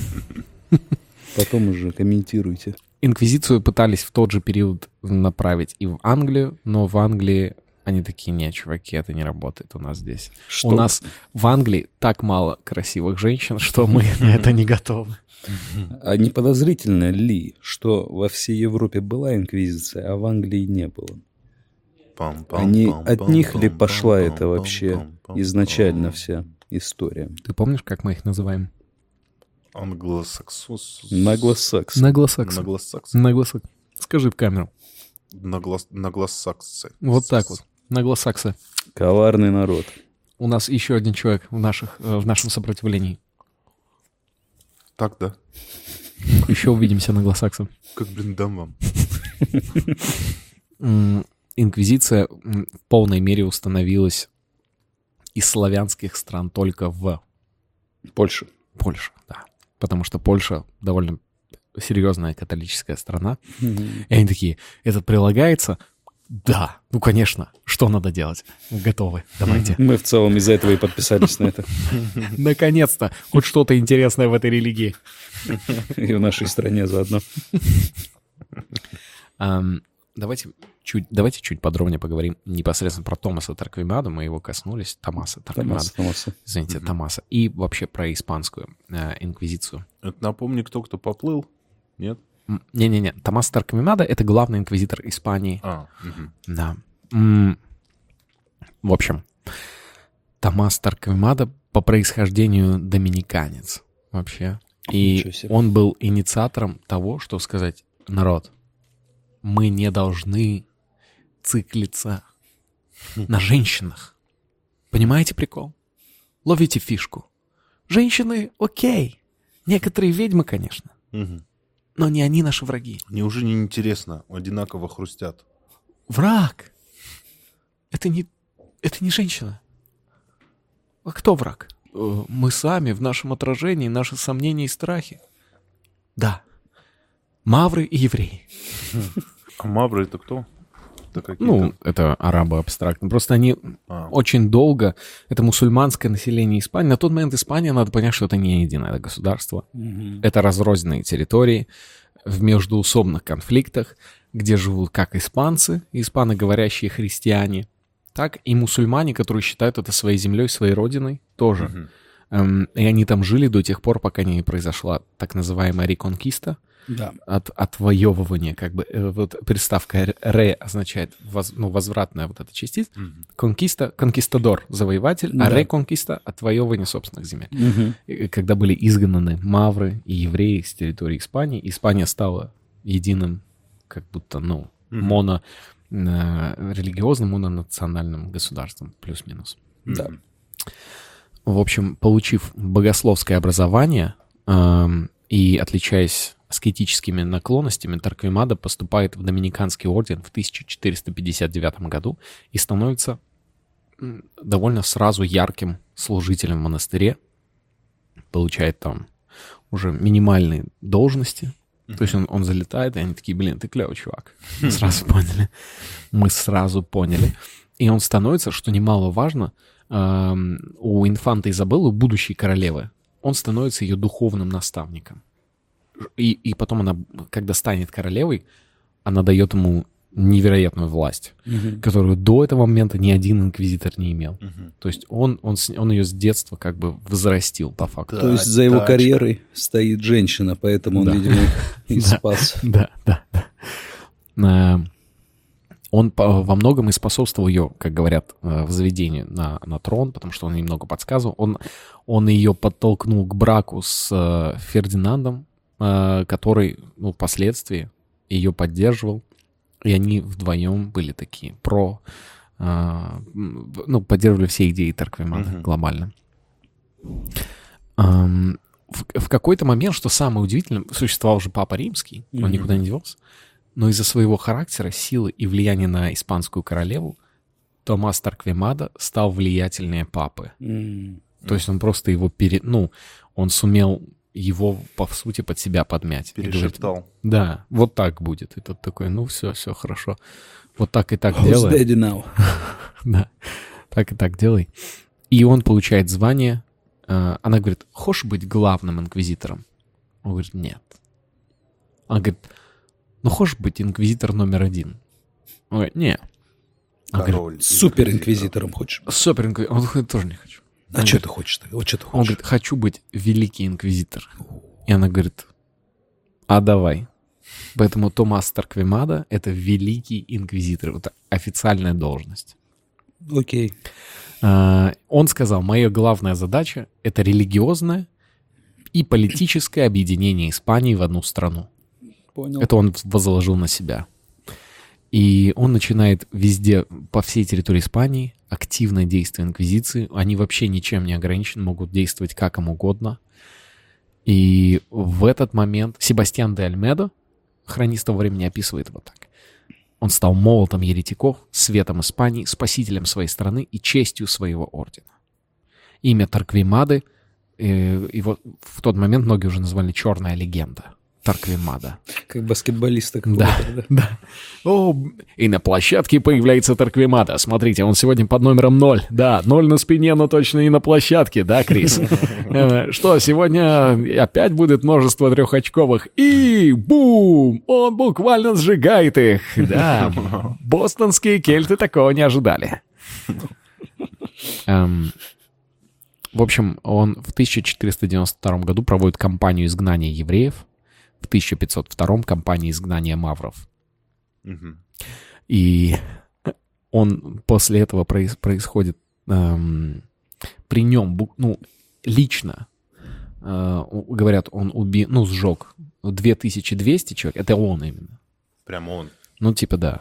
A: Потом уже комментируйте.
B: Инквизицию пытались в тот же период направить и в Англию, но в Англии они такие: нет, чуваки, это не работает у нас здесь. Что? У нас в Англии так мало красивых женщин, что мы на это не готовы.
A: А не подозрительно ли, что во всей Европе была инквизиция, а в Англии не было? Они, от них ли пошла эта вообще изначально вся история?
B: Ты помнишь, как мы их называем?
C: Англосаксос.
A: Наглосаксы.
B: Наглосаксы.
C: Наглосаксы.
B: Наглосаксы. Скажи в камеру.
C: Наглос... Наглосаксы.
B: Вот так вот. Наглосаксы.
A: Коварный народ.
B: У нас еще один человек в, наших, в нашем сопротивлении.
C: Так, да.
B: Еще увидимся, наглосаксы.
C: Как, блин, дам
B: вам. Инквизиция в полной мере установилась из славянских стран только в
A: Польше.
B: Польше, да. Потому что Польша довольно серьезная католическая страна. Mm-hmm. И они такие: это прилагается? Да, ну конечно. Что надо делать? Готовы, давайте.
A: Мы в целом из-за этого и подписались на это.
B: Наконец-то хоть что-то интересное в этой религии.
A: И в нашей стране заодно.
B: Давайте чуть, давайте чуть подробнее поговорим непосредственно про Томаса Торквемаду. Мы его коснулись. Томаса Торквемада.
A: Томаса.
B: Извините, mm-hmm. Томаса. И вообще про испанскую э, инквизицию.
C: Это напомни, кто кто поплыл? Нет?
B: Не-не-не. Томас Торквемада — это главный инквизитор Испании.
C: А, угу.
B: Да. М- в общем, Томас Торквемада по происхождению доминиканец вообще. И он был инициатором того, что сказать: народ, мы не должны циклиться на женщинах. Понимаете прикол? Ловите фишку. Женщины окей. Некоторые ведьмы, конечно.
C: Угу.
B: Но не они наши враги.
C: Неужели не интересно? Одинаково хрустят.
B: Враг. Это не, это не женщина. А кто враг? Мы сами в нашем отражении, наши сомнения и страхи. Да. Мавры и евреи.
C: А мавры это кто? Это
B: ну, это арабы абстрактно. Просто они а. очень долго... Это мусульманское население Испании. На тот момент Испания, надо понять, что это не единое государство. Mm-hmm. Это разрозненные территории в междуусобных конфликтах. где живут как испанцы, испаноговорящие христиане, так и мусульмане, которые считают это своей землей, своей родиной тоже. Mm-hmm. Эм, и они там жили до тех пор, пока не произошла так называемая реконкиста, да. от, отвоевывание, как бы, э, вот приставка «ре» означает воз, ну, возвратная вот эта частица, mm-hmm. конкиста, конкистадор, завоеватель, да. а реконкиста — отвоевывание собственных земель. Mm-hmm. И, когда были изгнаны мавры и евреи с территории Испании, Испания стала единым, как будто, ну, mm-hmm. моно, э, религиозным, мононациональным государством, плюс-минус. Mm-hmm. Да. В общем, получив богословское образование э, и отличаясь аскетическими наклонностями, Торквемада поступает в Доминиканский орден в тысяча четыреста пятьдесят девятом году и становится довольно сразу ярким служителем в монастыре, получает там уже минимальные должности. Mm-hmm. То есть он, он залетает, и они такие, блин, ты клевый чувак. Мы сразу поняли. Мы сразу поняли. И он становится, что немаловажно, э, у инфанты Изабеллы, будущей королевы, он становится ее духовным наставником. И, и потом она, когда станет королевой, она дает ему невероятную власть, uh-huh. которую до этого момента ни один инквизитор не имел. Uh-huh. То есть он, он, он ее с детства как бы взрастил, по факту.
A: Да, То есть за его да, карьерой стоит женщина, поэтому он, да. видимо, и спас.
B: Да, да, да. Он во многом и способствовал ее, как говорят, в заведении на, на трон, потому что он немного подсказывал. Он, он ее подтолкнул к браку с Фердинандом, который, ну, впоследствии ее поддерживал, и они вдвоем были такие про, ну, поддерживали все идеи Торквемада uh-huh. глобально. В, в какой-то момент, что самое удивительное, существовал же Папа Римский, uh-huh. он никуда не девался, но из-за своего характера, силы и влияния на испанскую королеву Томас Торквемада стал влиятельнее папы. Uh-huh. То есть он просто его пере... Ну, он сумел его, по сути, под себя подмять.
C: Перешептал.
B: Говорит, да, вот так будет. И тот такой, ну все, все хорошо. Вот так и так
A: Who's
B: делай.
A: Daddy now?
B: Да, так и так делай. И он получает звание. Она говорит, хочешь быть главным инквизитором? Он говорит, нет. Она говорит, ну хочешь быть инквизитор номер один? Он говорит, нет.
A: Она говорит, супер-инквизитором хочешь?
B: Супер-инквизитором. Он говорит, тоже не хочу.
A: А он что говорит, ты хочешь? Вот что ты хочешь?
B: Он говорит, хочу быть великий инквизитор. И она говорит, а давай. Поэтому Томас Торквемада — это великий инквизитор. Это официальная должность.
A: Окей.
B: А, он сказал, моя главная задача — это религиозное и политическое объединение Испании в одну страну.
A: Понял.
B: Это он возложил на себя. И он начинает везде, по всей территории Испании, активное действие инквизиции. Они вообще ничем не ограничены, могут действовать как им угодно. И в этот момент Себастьян де Альмедо, хронист того времени, описывает его так. Он стал молотом еретиков, светом Испании, спасителем своей страны и честью своего ордена. Имя Торквемады, э, его в тот момент многие уже назвали «черная легенда». Торквемада.
A: Как баскетболиста
B: да, да, да. О, и на площадке появляется Торквемада. Смотрите, он сегодня под номером ноль. Да, ноль на спине, но точно и на площадке, да, Крис? Что, сегодня опять будет множество трехочковых. И бум! Он буквально сжигает их. Да, бостонские кельты такого не ожидали. В общем, он в тысяча четыреста девяносто втором году проводит кампанию изгнания евреев. В тысяча пятьсот втором кампании изгнания мавров. Угу. И он после этого проис- происходит эм, при нем, ну, лично, э, говорят, он убил, ну, сжег две тысячи двести человек. Это он именно.
C: Прям он.
B: Ну, типа, да.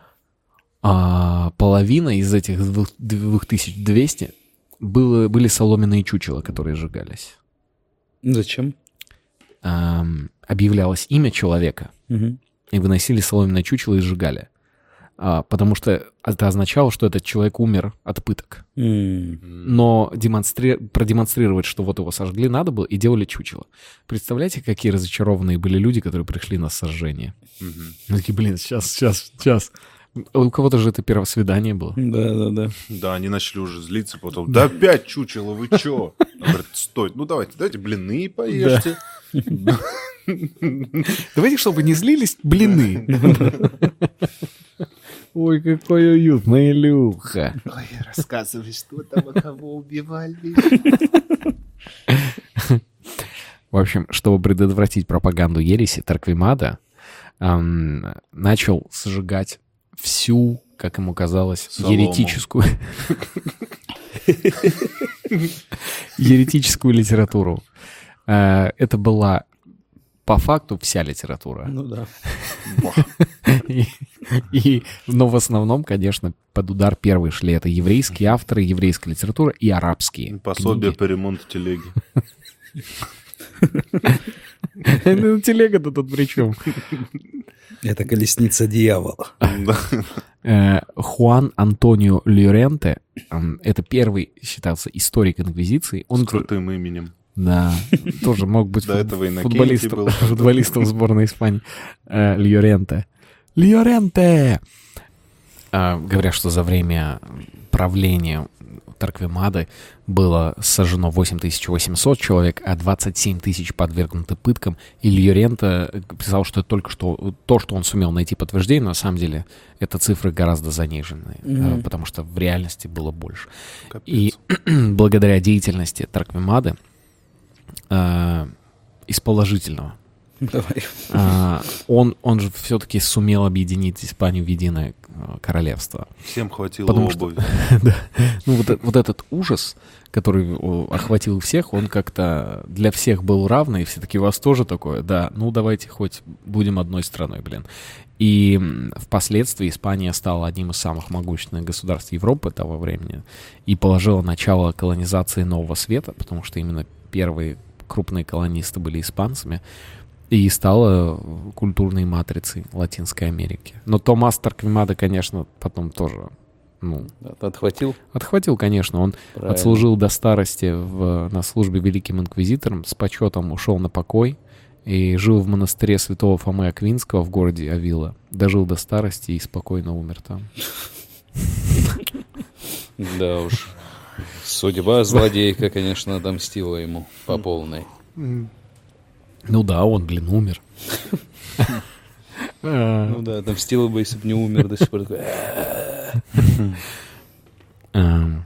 B: А половина из этих две тысячи двухсот было, были соломенные чучела, которые сжигались.
A: Зачем?
B: Эм, объявлялось имя человека, угу. и выносили соломенное чучело и сжигали. А, потому что это означало, что этот человек умер от пыток. Mm. Но демонстри... продемонстрировать, что вот его сожгли, надо было, и делали чучело. Представляете, какие разочарованные были люди, которые пришли на сожжение? Mm-hmm. Такие, блин, сейчас, сейчас, сейчас. У кого-то же это первое свидание было.
A: Да, да, да.
C: Да, они начали уже злиться потом. Да опять чучело, вы чё? Он говорит, стой, ну давайте, давайте блины поешьте.
B: Давайте, чтобы не злились, блины. Ой, какой уютный Илюха.
C: Ой, рассказывай, что там, а кого убивали.
B: В общем, чтобы предотвратить пропаганду ереси, Торквемада эм, начал сжигать всю, как ему казалось,
C: Солому.
B: еретическую... еретическую литературу. Э, это была по факту вся литература.
A: Ну да.
B: И, и, но в основном, конечно, под удар первые шли это еврейские авторы, еврейская литература и арабские
C: Пособие
B: книги.
C: по ремонту телеги.
B: Ну, телега-то тут при чем?
A: Это колесница дьявола.
B: Э, Хуан Антонио Льоренте, эм, это первый, считался, историк инквизиции. Он
C: С крутым именем.
B: Да, тоже мог быть
C: До
B: фут-
C: этого Иннокентий
B: футболистом,
C: был.
B: футболистом сборной Испании. Э, Льоренте. Льоренте! Э, Говорят, что за время правления Торквемады было сожжено восемь тысяч восемьсот человек, а двадцать семь тысяч подвергнуты пыткам. И Льоренте писал, что это только что то, что он сумел найти подтверждение, но на самом деле это цифры гораздо заниженные,
A: Мгм.
B: э, потому что в реальности было больше.
C: Капец.
B: И благодаря деятельности Торквемады э, из положительного
A: Давай.
B: э, он, он же все-таки сумел объединить Испанию в единое э, королевство.
C: Всем хватило
B: Потому что-
C: обуви.
B: Да. Ну, вот, э- вот этот ужас, который о, охватил всех, он как-то для всех был равный, и все таки у вас тоже такое, да, ну давайте хоть будем одной страной, блин. И м, впоследствии Испания стала одним из самых могущественных государств Европы того времени и положила начало колонизации Нового Света, потому что именно первые крупные колонисты были испанцами, и стала культурной матрицей Латинской Америки. Но Томас Торквемада, конечно, потом тоже, ну,
A: Отхватил?
B: отхватил, конечно. Он
A: Правильно.
B: отслужил до старости в, на службе великим инквизитором, с почетом ушел на покой и жил в монастыре святого Фомы Аквинского в городе Авила. Дожил до старости и спокойно умер там.
A: Да уж. Судьба злодейка, конечно, отомстила ему по полной.
B: Ну да, он, блин, умер. А,
A: Ну да, отомстила бы, если бы не умер до сих пор. Такой,
B: а,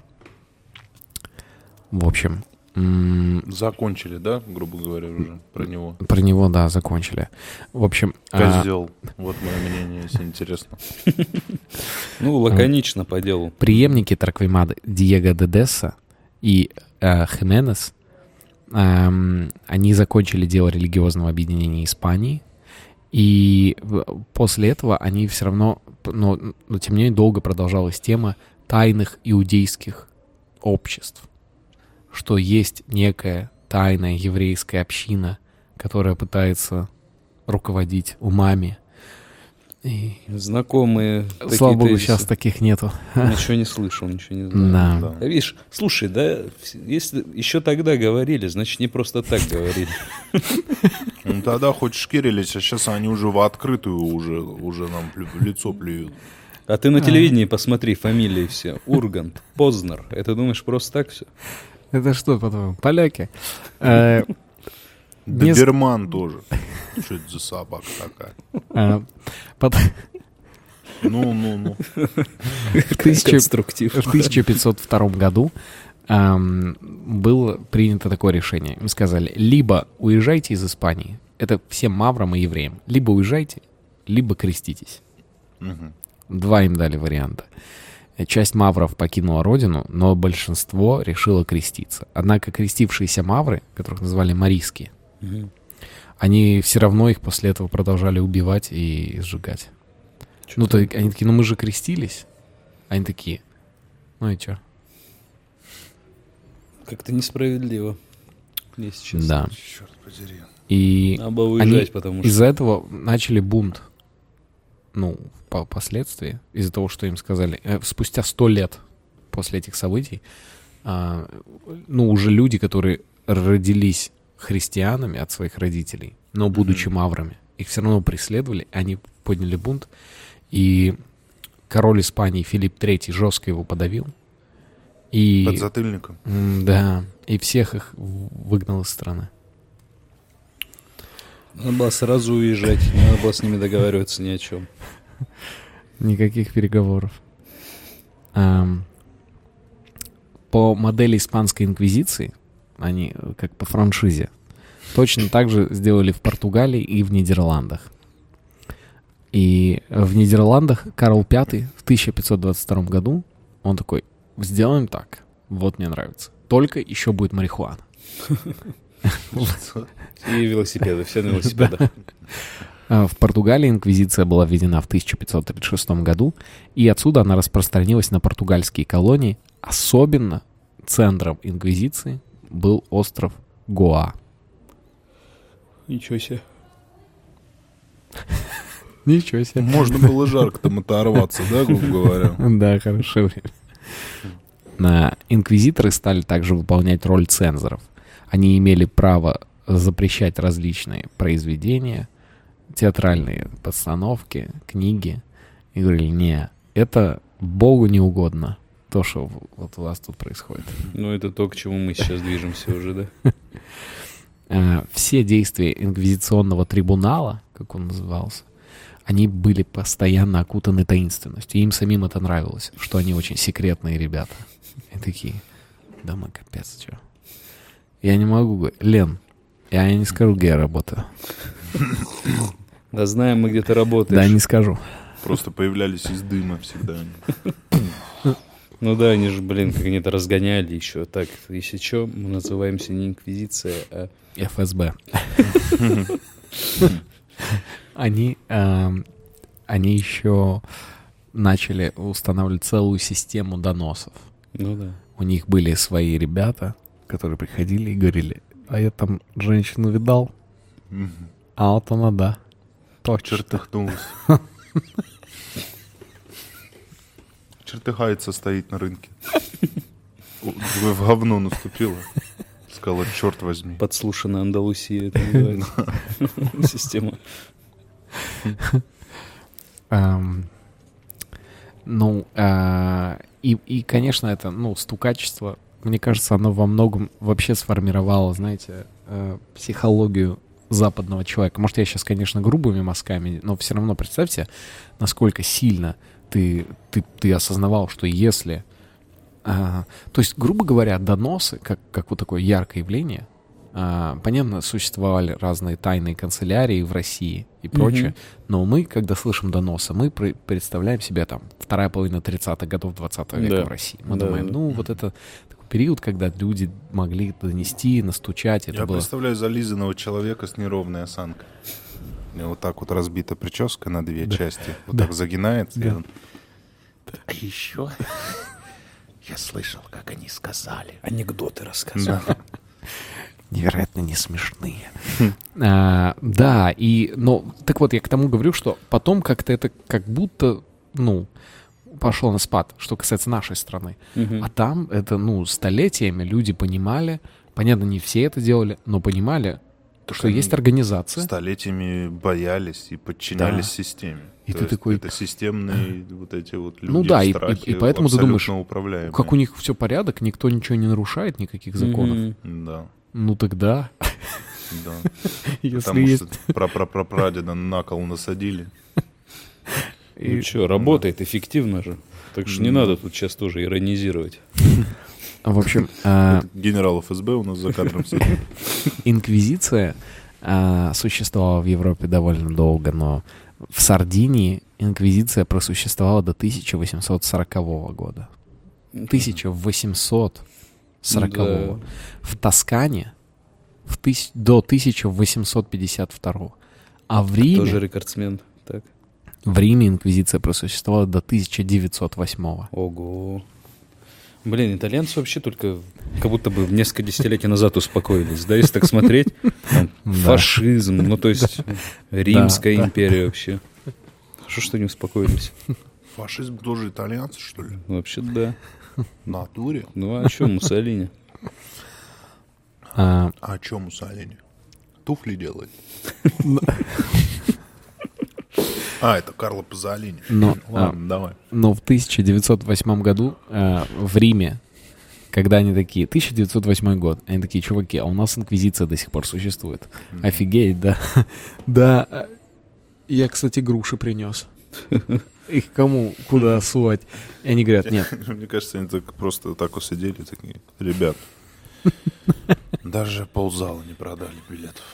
B: В общем, м,
C: Закончили, да, грубо говоря, уже про него.
B: про него, да, закончили. В общем, а,
C: Козел. Вот мое мнение, если интересно.
A: Ну, лаконично по делу.
B: преемники Торквемады Диего де Деса и э, Хименес, эм, они закончили дело религиозного объединения Испании, и в- после этого они все равно, но, но тем не менее долго продолжалась тема тайных иудейских обществ, что есть некая тайная еврейская община, которая пытается руководить умами. И,
A: Знакомые такие
B: слава богу,
A: тезисы.
B: сейчас таких нету.
A: Ничего не слышал, ничего не знаю.
B: Да.
C: Да.
A: А видишь, слушай, да, если еще тогда говорили, значит, не просто так говорили.
C: Ну тогда хоть шкирились, а сейчас они уже в открытую уже, уже нам плю- в лицо плюют.
A: А ты на телевидении посмотри, фамилии все. Ургант, Познер. Это думаешь просто так все?
B: Это что, по-твоему, поляки? Э, Неск-
C: Доберман тоже. Что это за собака такая?
B: а, под-
C: Ну-ну-ну.
B: В тысяча-
A: Конструктив.
B: в тысяча пятьсот втором году ам, было принято такое решение. Им сказали, либо уезжайте из Испании, это всем маврам и евреям, либо уезжайте, либо креститесь.
C: Мгм.
B: Два им дали варианта. Часть мавров покинула родину, но большинство решило креститься. Однако крестившиеся мавры, которых называли марийские,
A: Мгм.
B: они все равно их после этого продолжали убивать и сжигать. Ну, то они такие, ну мы же крестились. Они такие, ну и чё?
A: Как-то несправедливо, если честно.
B: Да.
C: Черт подери.
B: И
A: Надо было уезжать,
B: они
A: потому что...
B: из-за этого начали бунт. Ну, по последствии, из-за того, что им сказали, э, спустя сто лет после этих событий, а, ну, уже люди, которые родились христианами от своих родителей, но будучи маврами, их все равно преследовали, они подняли бунт, и король Испании Филипп третий жестко его подавил. И,
C: Под затыльником.
B: м, да, и всех их в- выгнал из страны.
A: Надо было сразу уезжать, не надо было с ними договариваться ни о чем.
B: Никаких переговоров. Um, по модели испанской инквизиции, они как по франшизе, точно так же сделали в Португалии и в Нидерландах. И в Нидерландах Карл Пятый в тысяча пятьсот двадцать втором году, он такой, сделаем так, вот мне нравится, только еще будет марихуана.
A: И велосипеды, все на велосипедах.
B: В Португалии инквизиция была введена в тысяча пятьсот тридцать шестом году, и отсюда она распространилась на португальские колонии. Особенно центром инквизиции был остров Гоа.
A: Ничего себе.
B: Ничего себе.
C: Можно было жарко там оторваться, да, грубо говоря?
B: Да, хорошее время. Инквизиторы стали также выполнять роль цензоров. Они имели право запрещать различные произведения, театральные постановки, книги. И говорили, не, это Богу не угодно, то, что вот у вас тут происходит.
A: Ну, это то, к чему мы сейчас движемся уже, да?
B: Все действия инквизиционного трибунала, как он назывался, они были постоянно окутаны таинственностью. И им самим это нравилось, что они очень секретные ребята. И такие, да мы капец, что. Я не могу говорить, Лен, я не скажу, где я работаю.
A: Да знаем мы, где ты работаешь.
B: Да, не скажу.
C: Просто появлялись из дыма всегда.
A: Ну да, они же, блин, как они-то разгоняли еще. Так, если что, мы называемся не Инквизиция, а...
B: эф эс бэ. Они, они еще начали устанавливать целую систему доносов.
A: Ну да.
B: У них были свои ребята, которые приходили и говорили, а я там женщину видал, а вот она, да. Точно.
C: Чертыхнулась. Чертыхается, стоит на рынке. В говно наступила. Сказала, черт возьми.
A: Подслушанная Андалусия, это называется. Система.
B: Ну, и, конечно, это, ну, стукачество, мне кажется, оно во многом вообще сформировало, знаете, психологию западного человека. Может, я сейчас, конечно, грубыми мазками, но все равно представьте, насколько сильно ты, ты, ты осознавал, что если... А, то есть, грубо говоря, доносы, как, как вот такое яркое явление, а, понятно, существовали разные тайные канцелярии в России и прочее, mm-hmm. но мы, когда слышим доносы, мы при, представляем себе там вторая половина тридцатых годов двадцатого века да. в России. Мы да, думаем, да. ну, вот это... период, когда люди могли донести, настучать. Это
C: Я
B: было...
C: представляю зализанного человека с неровной осанкой. У него вот так вот разбита прическа на две да. части. Вот да. так загинается. Да. И он...
F: А еще я слышал, как они сказали.
A: Анекдоты рассказывали.
B: Да. Невероятно не смешные. а, да, и, ну, так вот, я к тому говорю, что потом как-то это как будто, ну, пошло на спад, что касается нашей страны. Uh-huh. А там это, ну, столетиями люди понимали, понятно, не все это делали, но понимали, так что есть организация.
C: Столетиями боялись и подчинялись да. системе.
B: И
C: То
B: ты
C: есть
B: такой...
C: Это системные вот эти вот люди
B: ну, да,
C: в
B: и,
C: страхе,
B: и, и поэтому ты думаешь,
C: управляемые.
B: как у них все порядок, никто ничего не нарушает, никаких законов.
C: Mm-hmm. Да.
B: Ну тогда...
C: Да.
B: Потому есть...
C: что прапрапрапрадеда на кол насадили.
A: И ну что, работает да. эффективно же. Так что mm. не надо тут сейчас тоже иронизировать.
B: В общем...
C: Генерал эф эс бэ у нас за кадром сидит.
B: Инквизиция существовала в Европе довольно долго, но в Сардинии инквизиция просуществовала до тысяча восемьсот сорокового года. тысяча восемьсот сорокового. Да. В Тоскане в тысяч... до тысяча восемьсот пятьдесят второго. А в Риме...
A: Тоже рекордсмен, так?
B: В Риме инквизиция просуществовала до тысяча девятьсот восьмого.
A: Ого. Блин, итальянцы вообще только как будто бы несколько десятилетий назад успокоились, да, если так смотреть. Там, фашизм, ну то есть Римская да, империя да. вообще. Хорошо, что не успокоились.
C: Фашизм тоже итальянцы, что ли?
A: Вообще да.
C: В натуре?
A: Ну а что Муссолини?
C: А, а что Муссолини? Туфли делает? А, это Карло Пазолини.
B: Но,
C: Ладно,
B: а,
C: давай.
B: Но в тысяча девятьсот восьмом году а, в Риме когда они такие, тысяча девятьсот восьмой год, они такие, чуваки, а у нас инквизиция до сих пор существует. Mm-hmm. Офигеть, да. Да, я, кстати, груши принес. Их кому, куда сувать? И они говорят, нет.
C: Мне кажется, они так просто так усидели, такие, ребят, даже ползала не продали билетов.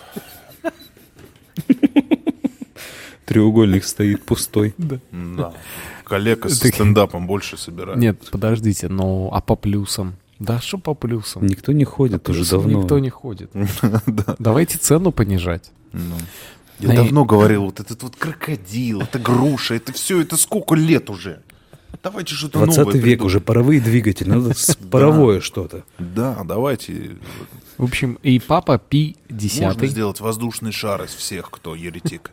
A: Треугольник стоит пустой.
C: Да. Да. Коллега со стендапом больше собирает.
B: Нет, подождите, ну, а по плюсам? Да, что по плюсам?
A: Никто не ходит
B: по
A: уже давно.
B: Никто не ходит. Давайте цену понижать.
C: Я давно говорил, вот этот вот крокодил, это груша, это все, это сколько лет уже? Давайте что-то новое.
A: двадцатый век уже, паровые двигатели, надо паровое что-то.
C: Да, давайте.
B: В общем, и папа Пий X.
C: Можно сделать воздушный шар из всех, кто еретик.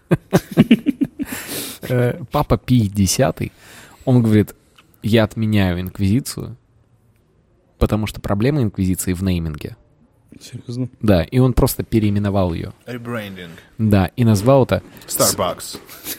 B: Папа Пий X, он говорит, я отменяю инквизицию, потому что проблема инквизиции в нейминге.
A: Серьезно?
B: Да, и он просто переименовал ее.
C: Rebranding.
B: Да, и назвал это...
C: Starbucks.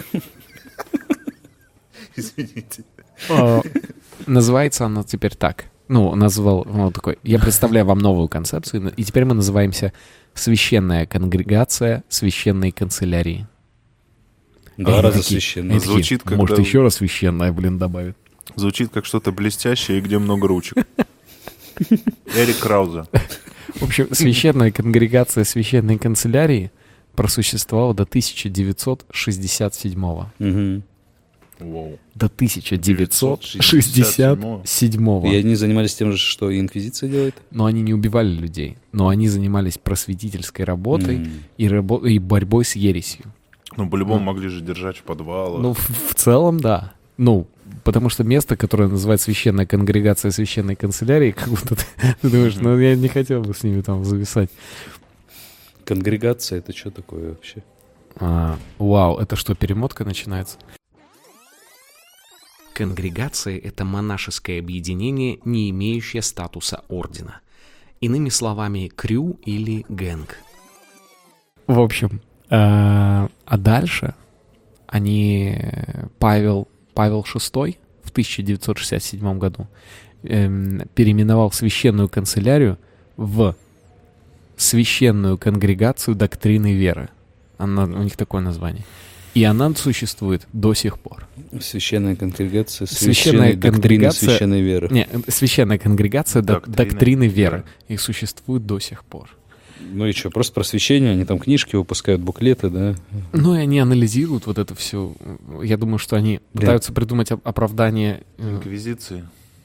C: Извините.
B: Называется она теперь так. Ну, назвал, он такой, я представляю вам новую концепцию, и теперь мы называемся Священная конгрегация Священной канцелярии.
A: Два раза священная.
C: Звучит как...
B: Может, еще раз священная, блин, добавит.
C: Звучит как что-то блестящее, и где много ручек. Эрик Крауза.
B: В общем, Священная конгрегация Священной канцелярии просуществовала до тысяча девятьсот шестьдесят седьмого.
A: Угу.
C: Wow.
B: До тысяча девятьсот шестьдесят седьмого.
A: И они занимались тем же, что и инквизиция делает?
B: Но они не убивали людей. Но они занимались просветительской работой mm. и, рабо- и борьбой с ересью.
C: Ну, по-любому mm. могли же держать в подвалах.
B: Ну, в, в целом, да. Ну, потому что место, которое называется Священная конгрегация Священной канцелярии, как будто ты, ты думаешь, ну, я не хотел бы с ними там зависать.
A: Конгрегация — это что такое вообще?
B: А, вау, это что, перемотка начинается?
D: Конгрегация — это монашеское объединение, не имеющее статуса ордена. Иными словами, крю или гэнг.
B: В общем, а дальше они... Павел, Павел шестой в тысяча девятьсот шестьдесят седьмом году переименовал Священную канцелярию в Священную конгрегацию доктрины веры. Она, у них такое название. И она существует до сих пор.
A: Священная конгрегация
B: Священная конгрегация
A: священной веры.
B: Не, Священная конгрегация доктрины, доктрины веры. Их существует до сих пор.
A: Ну и что, просто просвещение, они там книжки выпускают, буклеты, да?
B: Ну и они анализируют вот это все. Я думаю, что они Блин. пытаются придумать оправдание...
C: Инквизиции.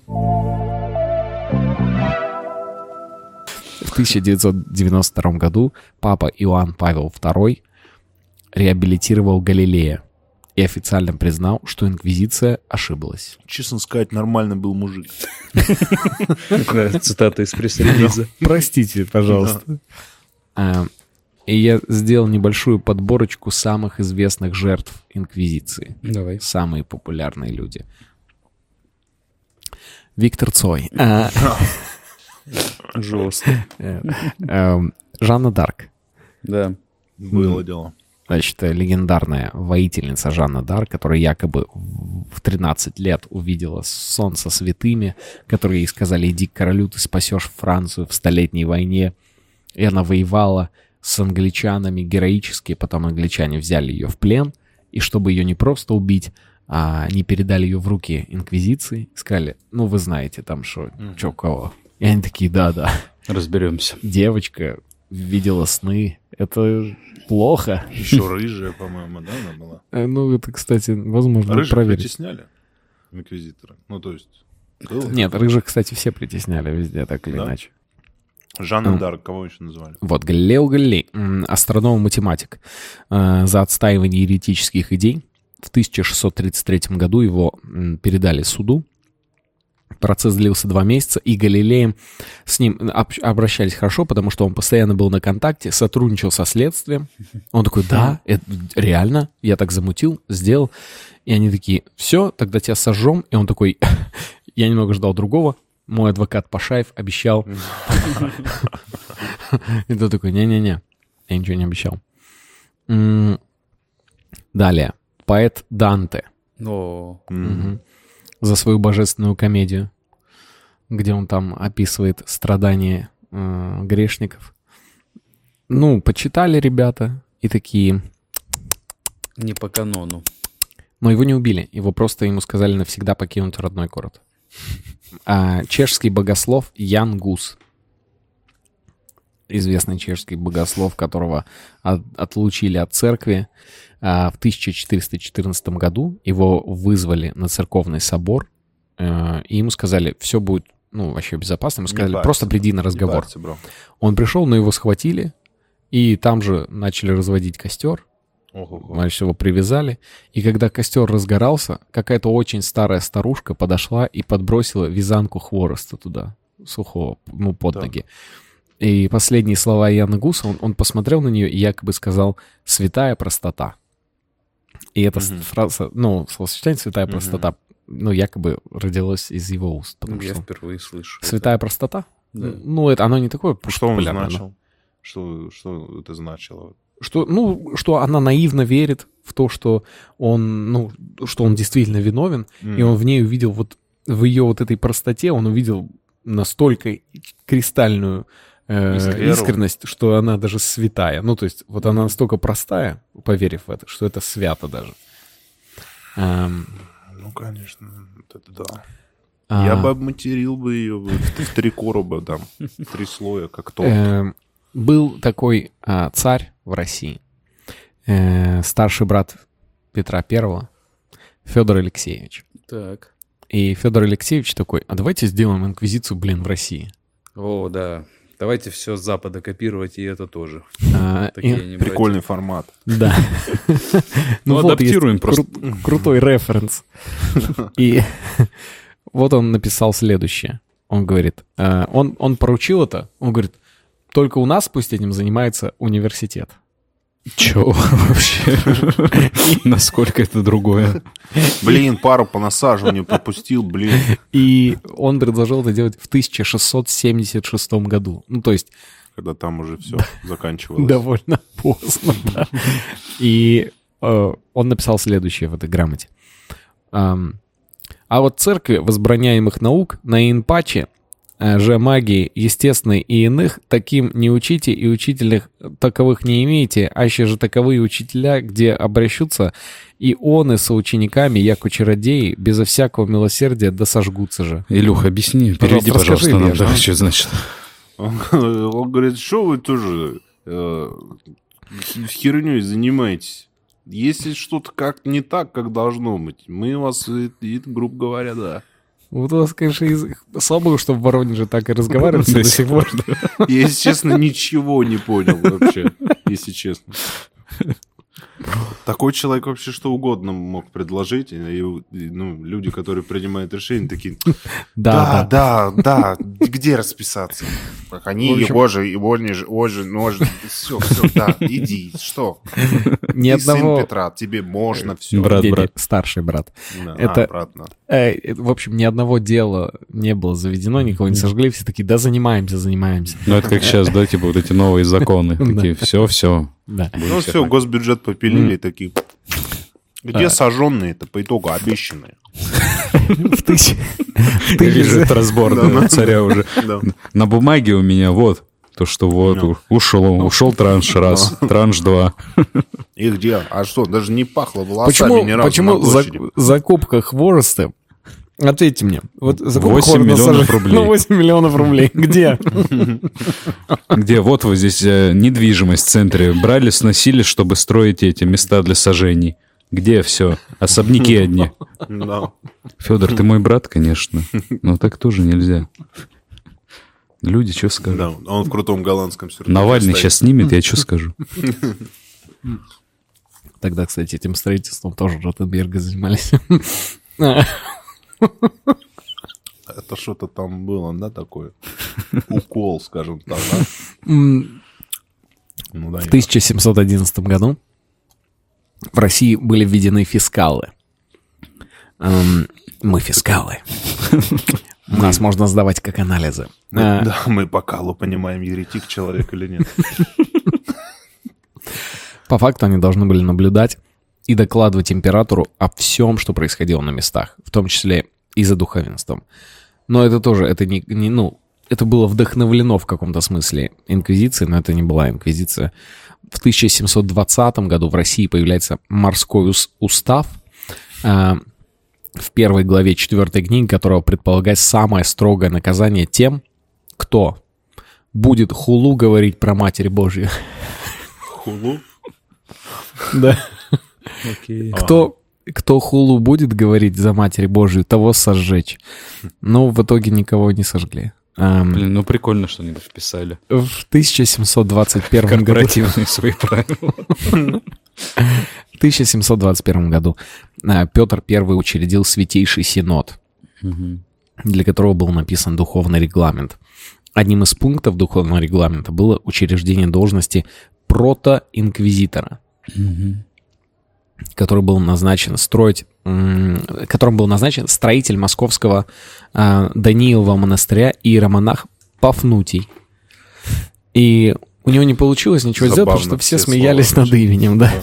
B: В тысяча девятьсот девяносто втором году папа Иоанн Павел второй реабилитировал Галилея и официально признал, что инквизиция ошиблась.
C: Честно сказать, нормальный был мужик.
A: Цитата из пресс-релиза.
B: Простите, пожалуйста. И я сделал небольшую подборочку самых известных жертв инквизиции.
A: Давай.
B: Самые популярные люди. Виктор Цой.
A: Жестко.
B: Жанна Дарк.
A: Да.
C: Было дело.
B: Значит, легендарная воительница Жанна Дарк, которая якобы в тринадцать лет увидела сон со святыми, которые ей сказали: иди к королю, ты спасешь Францию в Столетней войне. И она воевала с англичанами героически, потом англичане взяли ее в плен, и чтобы ее не просто убить, а они передали ее в руки инквизиции, сказали: ну вы знаете там что, mm-hmm. что кого. И они такие: да-да.
A: Разберемся.
B: Девочка видела сны, это плохо.
C: Еще рыжая, по-моему, да, она была?
B: Ну, это, кстати, возможно,
C: рыжих
B: проверить.
C: притесняли инквизиторы? Ну, то есть... Было?
B: Нет, рыжих, кстати, все притесняли везде, так или да? иначе.
C: Жанна Дарк, кого еще называли?
B: Вот, Галилео Галилей, астроном-математик. За отстаивание еретических идей в тысяча шестьсот тридцать третьем году его передали суду. Процесс длился два месяца, и Галилеем с ним обращались хорошо, потому что он постоянно был на контакте, сотрудничал со следствием. Он такой: да, это реально, я так замутил, сделал. И они такие: все, тогда тебя сожжем. И он такой: я немного ждал другого. Мой адвокат Пашаев обещал. И тот такой: не-не-не, я ничего не обещал. Далее, поэт Данте. За свою божественную комедию. где он там описывает страдания э, грешников. Ну, почитали ребята и такие...
A: Не по канону.
B: Но его не убили. Его просто ему сказали навсегда покинуть родной город. А чешский богослов Ян Гус. Известный чешский богослов, которого от, отлучили от церкви. А в тысяча четыреста четырнадцатом году его вызвали на церковный собор. Э, и ему сказали, все будет, ну, вообще безопасно. Ему сказали,
C: парься,
B: просто приди на разговор.
C: Парься, бро.
B: Он пришел, но его схватили. И там же начали разводить костер.
C: Ого-го.
B: Значит, его привязали. И когда костер разгорался, какая-то очень старая старушка подошла и подбросила вязанку хвороста туда, сухого, ну, под
C: Да.
B: ноги. И последние слова Яна Гуса, он, он посмотрел на нее и якобы сказал «святая простота». И эта
C: Мгм.
B: фраза, ну, словосочетание «святая
C: Мгм.
B: простота», ну, якобы родилась из его уст. Потому
A: Я
B: что
A: впервые слышу.
B: «святая простота»?
A: Да.
B: Ну, это оно не такое
C: Что он
B: популярное, но-
C: значил? Что, что это значило?
B: Что, ну, что она наивно верит в то, что он, ну, что он действительно виновен,
C: М.
B: и он в ней увидел вот, в ее вот этой простоте, он увидел настолько кристальную э,
C: Искренность.
B: искренность, что она даже святая. Ну, то есть, вот она настолько простая, поверив в это, что это свято даже. Эм,
C: Ну, конечно, вот это да.
B: а,
C: Я бы обматерил бы ее в, в три короба, там, в три слоя, как то.
B: эм, был такой а, царь в России, э, старший брат Петра Первого, Федор Алексеевич.
A: Так.
B: И Федор Алексеевич такой, а давайте сделаем инквизицию, блин, в России.
A: О, да. Давайте все с Запада копировать, и это тоже.
B: А,
A: Такие
B: и-
A: не
C: Прикольный формат.
B: Да.
A: Ну,
B: вот
A: адаптируем
B: есть
A: просто.
B: кру- Крутой референс. И вот он написал следующее. Он говорит, э, он, он поручил это, он говорит, только у нас пусть этим занимается университет.
A: Чё вообще? Насколько это другое?
C: Блин, пару по насаживанию пропустил, блин.
B: И он предложил это делать в тысяча шестьсот семьдесят шестом году. Ну, то есть
C: Когда там уже все заканчивалось.
B: довольно поздно, да. И э, он написал следующее в этой грамоте. Ам, а вот церкви возбраняемых наук на инпаче э, же магии естественной и иных таким не учите, и учительных таковых не имеете, аще же таковые учителя, где обращутся, и оны со учениками, яко чародеи, безо всякого милосердия да сожгутся же.
A: Илюх, объясни, переведи,
B: Пожалуйста,
A: пожалуйста,
B: расскажи,
A: нам,
B: Илья,
A: да,
B: да.
A: что это значит.
C: Он, он говорит, что вы тоже э, херней занимаетесь? Если что-то как не так, как должно быть, мы вас, и, и, грубо говоря, да.
B: Вот у вас, конечно, язык слабый, чтобы в Воронеже так и разговаривать до сих пор.
C: Я, если честно, ничего не понял вообще, если честно. Такой человек вообще что угодно мог предложить. И, и, ну, люди, которые принимают решения, такие,
B: Да,
C: да, да, да, где расписаться? Как они,
B: В общем-
C: его же, его не же, он же, он же, все, все, да, иди, что?
B: Ни
C: Ты сын
B: одного...
C: Петра, тебе можно все.
A: Брат,
B: Не-не,
A: брат.
B: старший брат.
C: Да,
B: это-
C: а, обратно.
B: Э, э, в общем, ни одного дела не было заведено, никого не сожгли, все такие, да, занимаемся, занимаемся.
A: Ну, это как сейчас, да, типа вот эти новые законы. Такие, все, все.
B: Да.
C: Ну все, госбюджет попилили, такие, где сожженные-то по итогу обещанные?
B: В тысяч- в
A: Я
B: тысяч-
A: вижу этот разбор да, царя уже.
C: Да.
A: На бумаге у меня вот. То, что вот
C: Ну.
A: ушел, ушел транш раз, транш два.
C: И где? А что, даже не пахло волосами
B: Почему,
C: ни разу
B: почему
C: на
B: за-
C: площади?
B: закупка хвороста? Ответьте мне. Вот закупка
A: восемь
B: хвороста
A: миллионов
B: сажи-
A: рублей.
B: Ну, восемь миллионов рублей. Где?
A: Где вот вы здесь э, недвижимость в центре брали, сносили, чтобы строить эти места для сожжений. Где все? Особняки одни.
C: Да.
A: Федор, ты мой брат, конечно, но так тоже нельзя. Люди что скажут?
C: Да, он в крутом голландском сюртуке
A: Навальный
C: стоит.
A: сейчас снимет, я что скажу?
B: Тогда, кстати, этим строительством тоже Ротенберга занимались.
C: Это что-то там было, да, такое? Укол, скажем так, да?
B: М,
C: Ну, да,
B: В тысяча семьсот одиннадцатом году в России были введены фискалы. Эм, Мы фискалы. Нас можно сдавать как анализы. А,
C: Да, мы по калу понимаем, еретик человек или нет.
B: По факту они должны были наблюдать и докладывать императору о всем, что происходило на местах, в том числе и за духовенством. Но это тоже, это не, не, ну, это было вдохновлено в каком-то смысле инквизицией, но это не была инквизиция. В тысяча семьсот двадцатом году в России появляется морской устав, э, в первой главе четвертой книги, которого предполагается самое строгое наказание тем, кто будет хулу говорить про Матерь Божью.
C: Хулу?
B: Да. Кто... Кто хулу будет говорить за Матерь Божию, того сожжечь. Но в итоге никого не сожгли.
A: Блин, ну прикольно, что они это вписали.
B: В тысяча семьсот двадцать первом году...
A: Корпоративные свои правила.
B: В тысяча семьсот двадцать первом году Петр Первый учредил Святейший Синод, для которого был написан духовный регламент. Одним из пунктов духовного регламента было учреждение должности протоинквизитора, который был назначен строить, которым был назначен строитель московского э, Даниилова монастыря иеромонах Пафнутий. И у него не получилось ничего Забавно, сделать, потому что все, все смеялись над именем, да.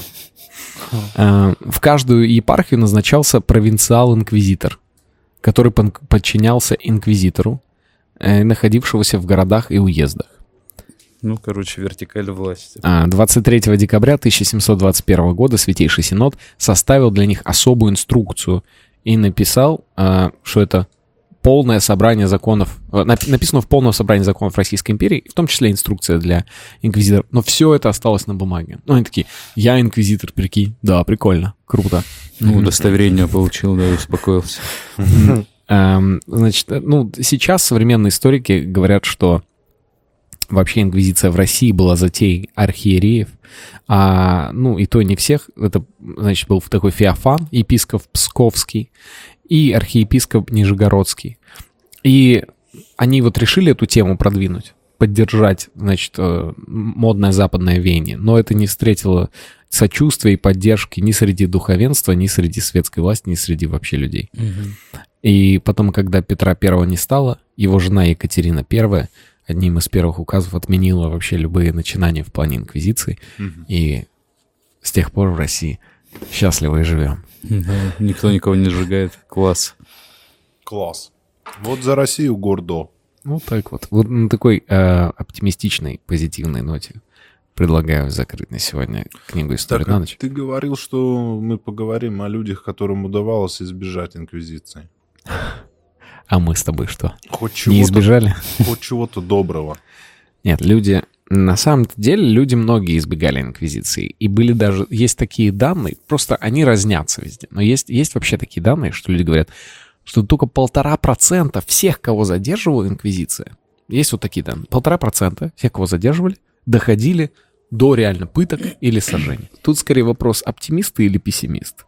B: Э, в каждую епархию назначался провинциал-инквизитор, который подчинялся инквизитору, э, находившегося в городах и уездах.
A: Ну, короче, вертикаль власти.
B: двадцать третьего декабря тысяча семьсот двадцать первого года Святейший Синод составил для них особую инструкцию и написал, что это полное собрание законов, написано в полном собрании законов Российской империи, в том числе инструкция для инквизиторов, но все это осталось на бумаге. Ну, они такие, я инквизитор, прикинь, да, прикольно, круто.
A: Ну, удостоверение получил, да, успокоился.
B: Значит, ну, сейчас современные историки говорят, что вообще инквизиция в России была затеей архиереев, а, ну, и то не всех. Это, значит, был такой Феофан, епископ Псковский, и архиепископ Нижегородский. И они вот решили эту тему продвинуть, поддержать, значит, модное западное веяние. Но это не встретило сочувствия и поддержки ни среди духовенства, ни среди светской власти, ни среди вообще людей. Угу. И потом, когда Петра Первого не стало, его жена Екатерина Первая одним из первых указов отменила вообще любые начинания в плане инквизиции. Mm-hmm. И с тех пор в России счастливо и живем.
A: Да, никто никого не сжигает. Класс.
C: Класс. Вот за Россию гордо.
B: Ну, так вот. Вот на такой э, оптимистичной, позитивной ноте предлагаю закрыть на сегодня книгу «История
C: так,
B: на ночь».
C: Ты говорил, что мы поговорим о людях, которым удавалось избежать инквизиции.
B: А мы с тобой что?
C: Хоть
B: не избежали?
C: Хоть чего-то доброго.
B: Нет, люди... На самом деле люди многие избегали инквизиции. И были даже... Есть такие данные, просто они разнятся везде. Но есть, есть вообще такие данные, что люди говорят, что только полтора процента всех, кого задерживала инквизиция, есть вот такие данные, полтора процента всех, кого задерживали, доходили до реально пыток или сожжения. Тут скорее вопрос, оптимист ты или пессимист.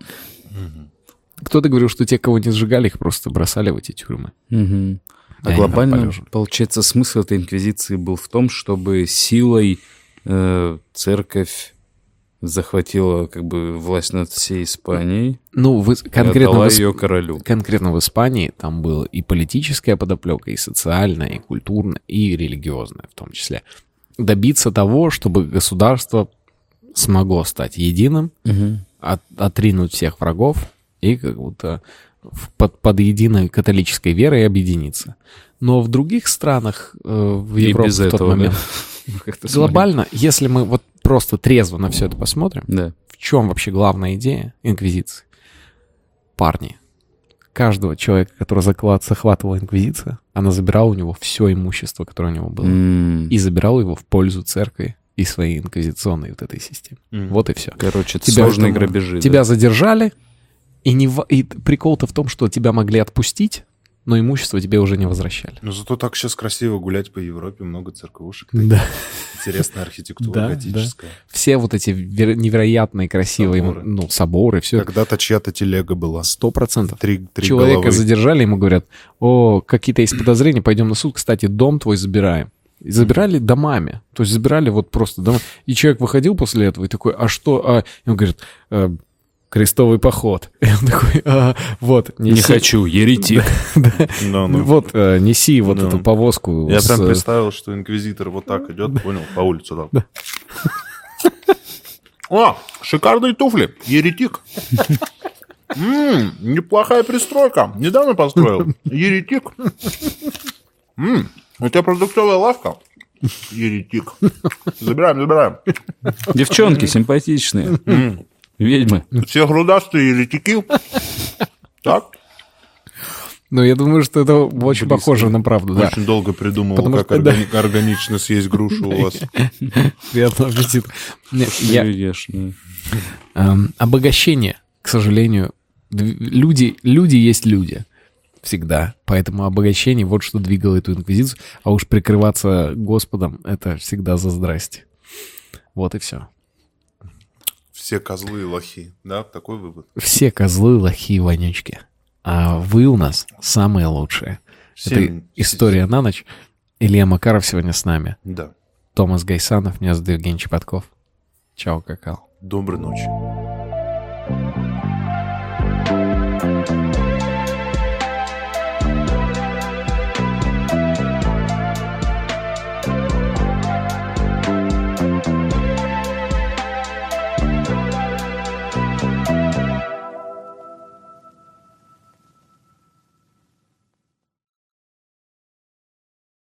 B: Кто-то говорил, что те, кого не сжигали, их просто бросали в эти тюрьмы.
A: Угу. А глобально, получается, смысл этой инквизиции был в том, чтобы силой э, церковь захватила как бы власть над всей Испанией.
B: Ну, вы, конкретно,
A: и отдала
B: в,
A: ее королю.
B: Конкретно в Испании там была и политическая подоплека, и социальная, и культурная, и религиозная в том числе. Добиться того, чтобы государство смогло стать единым, угу. от, отринуть всех врагов, и как будто под, под единой католической верой объединиться. Но в других странах, э, в Европе в тот этого, момент, да? Глобально, если мы вот просто трезво на все это посмотрим,
A: да.
B: В чем вообще главная идея инквизиции? Парни. Каждого человека, который заклад, захватывала инквизиция, она забирала у него все имущество, которое у него было. Mm. И забирала его в пользу церкви и своей инквизиционной вот этой системы. Mm. Вот и все.
A: Короче, это тебя, сложные грабежи.
B: Тебя
A: да?
B: задержали, и, не, и прикол-то в том, что тебя могли отпустить, но имущество тебе уже не возвращали.
C: Ну, зато так сейчас красиво гулять по Европе, много церквушек.
B: Да.
C: Интересная архитектура
B: да,
C: готическая.
B: Да. Все вот эти невероятные красивые соборы. Ну, соборы, все.
C: Когда-то чья-то телега была.
B: Сто процентов.
C: Три, три
B: Человека
C: головы.
B: задержали, ему говорят, о, какие-то есть подозрения, пойдем на суд, кстати, дом твой забираем. И забирали mm-hmm. домами. То есть забирали вот просто домами. И человек выходил после этого и такой, а что? А... И он говорит... крестовый поход. И он такой, а, вот,
A: неси. Не хочу, еретик.
B: Да, да. No, no. Вот, а, неси вот no. эту повозку.
C: Я с... прям представил, что инквизитор вот так идет, понял, по улице там. Да. О, шикарные туфли, еретик. Ммм, неплохая пристройка. Недавно построил. Еретик. Ммм, у тебя продуктовая лавка? Еретик. Забираем, забираем.
A: Девчонки симпатичные. Ведьмы.
C: Все грудастые еретики. Так?
B: Ну, я думаю, что это очень Близко. похоже на правду, да.
C: Очень долго придумывал, Потому как что, органи- да. органично съесть грушу у вас.
B: Приятного аппетита. Обогащение, к сожалению, люди, люди есть люди. Всегда. Поэтому обогащение вот что двигало эту инквизицию. А уж прикрываться Господом — это всегда за здрасте. Вот и все.
C: Все козлы и лохи, да? Такой вывод.
B: Все козлы, лохи и вонючки. А вы у нас самые лучшие. Всем... Это история на ночь. Илья Макаров сегодня с нами.
C: Да.
B: Томас Гайсанов, меня зовут Евгений Чеботков. Чао, какао.
C: Доброй ночи.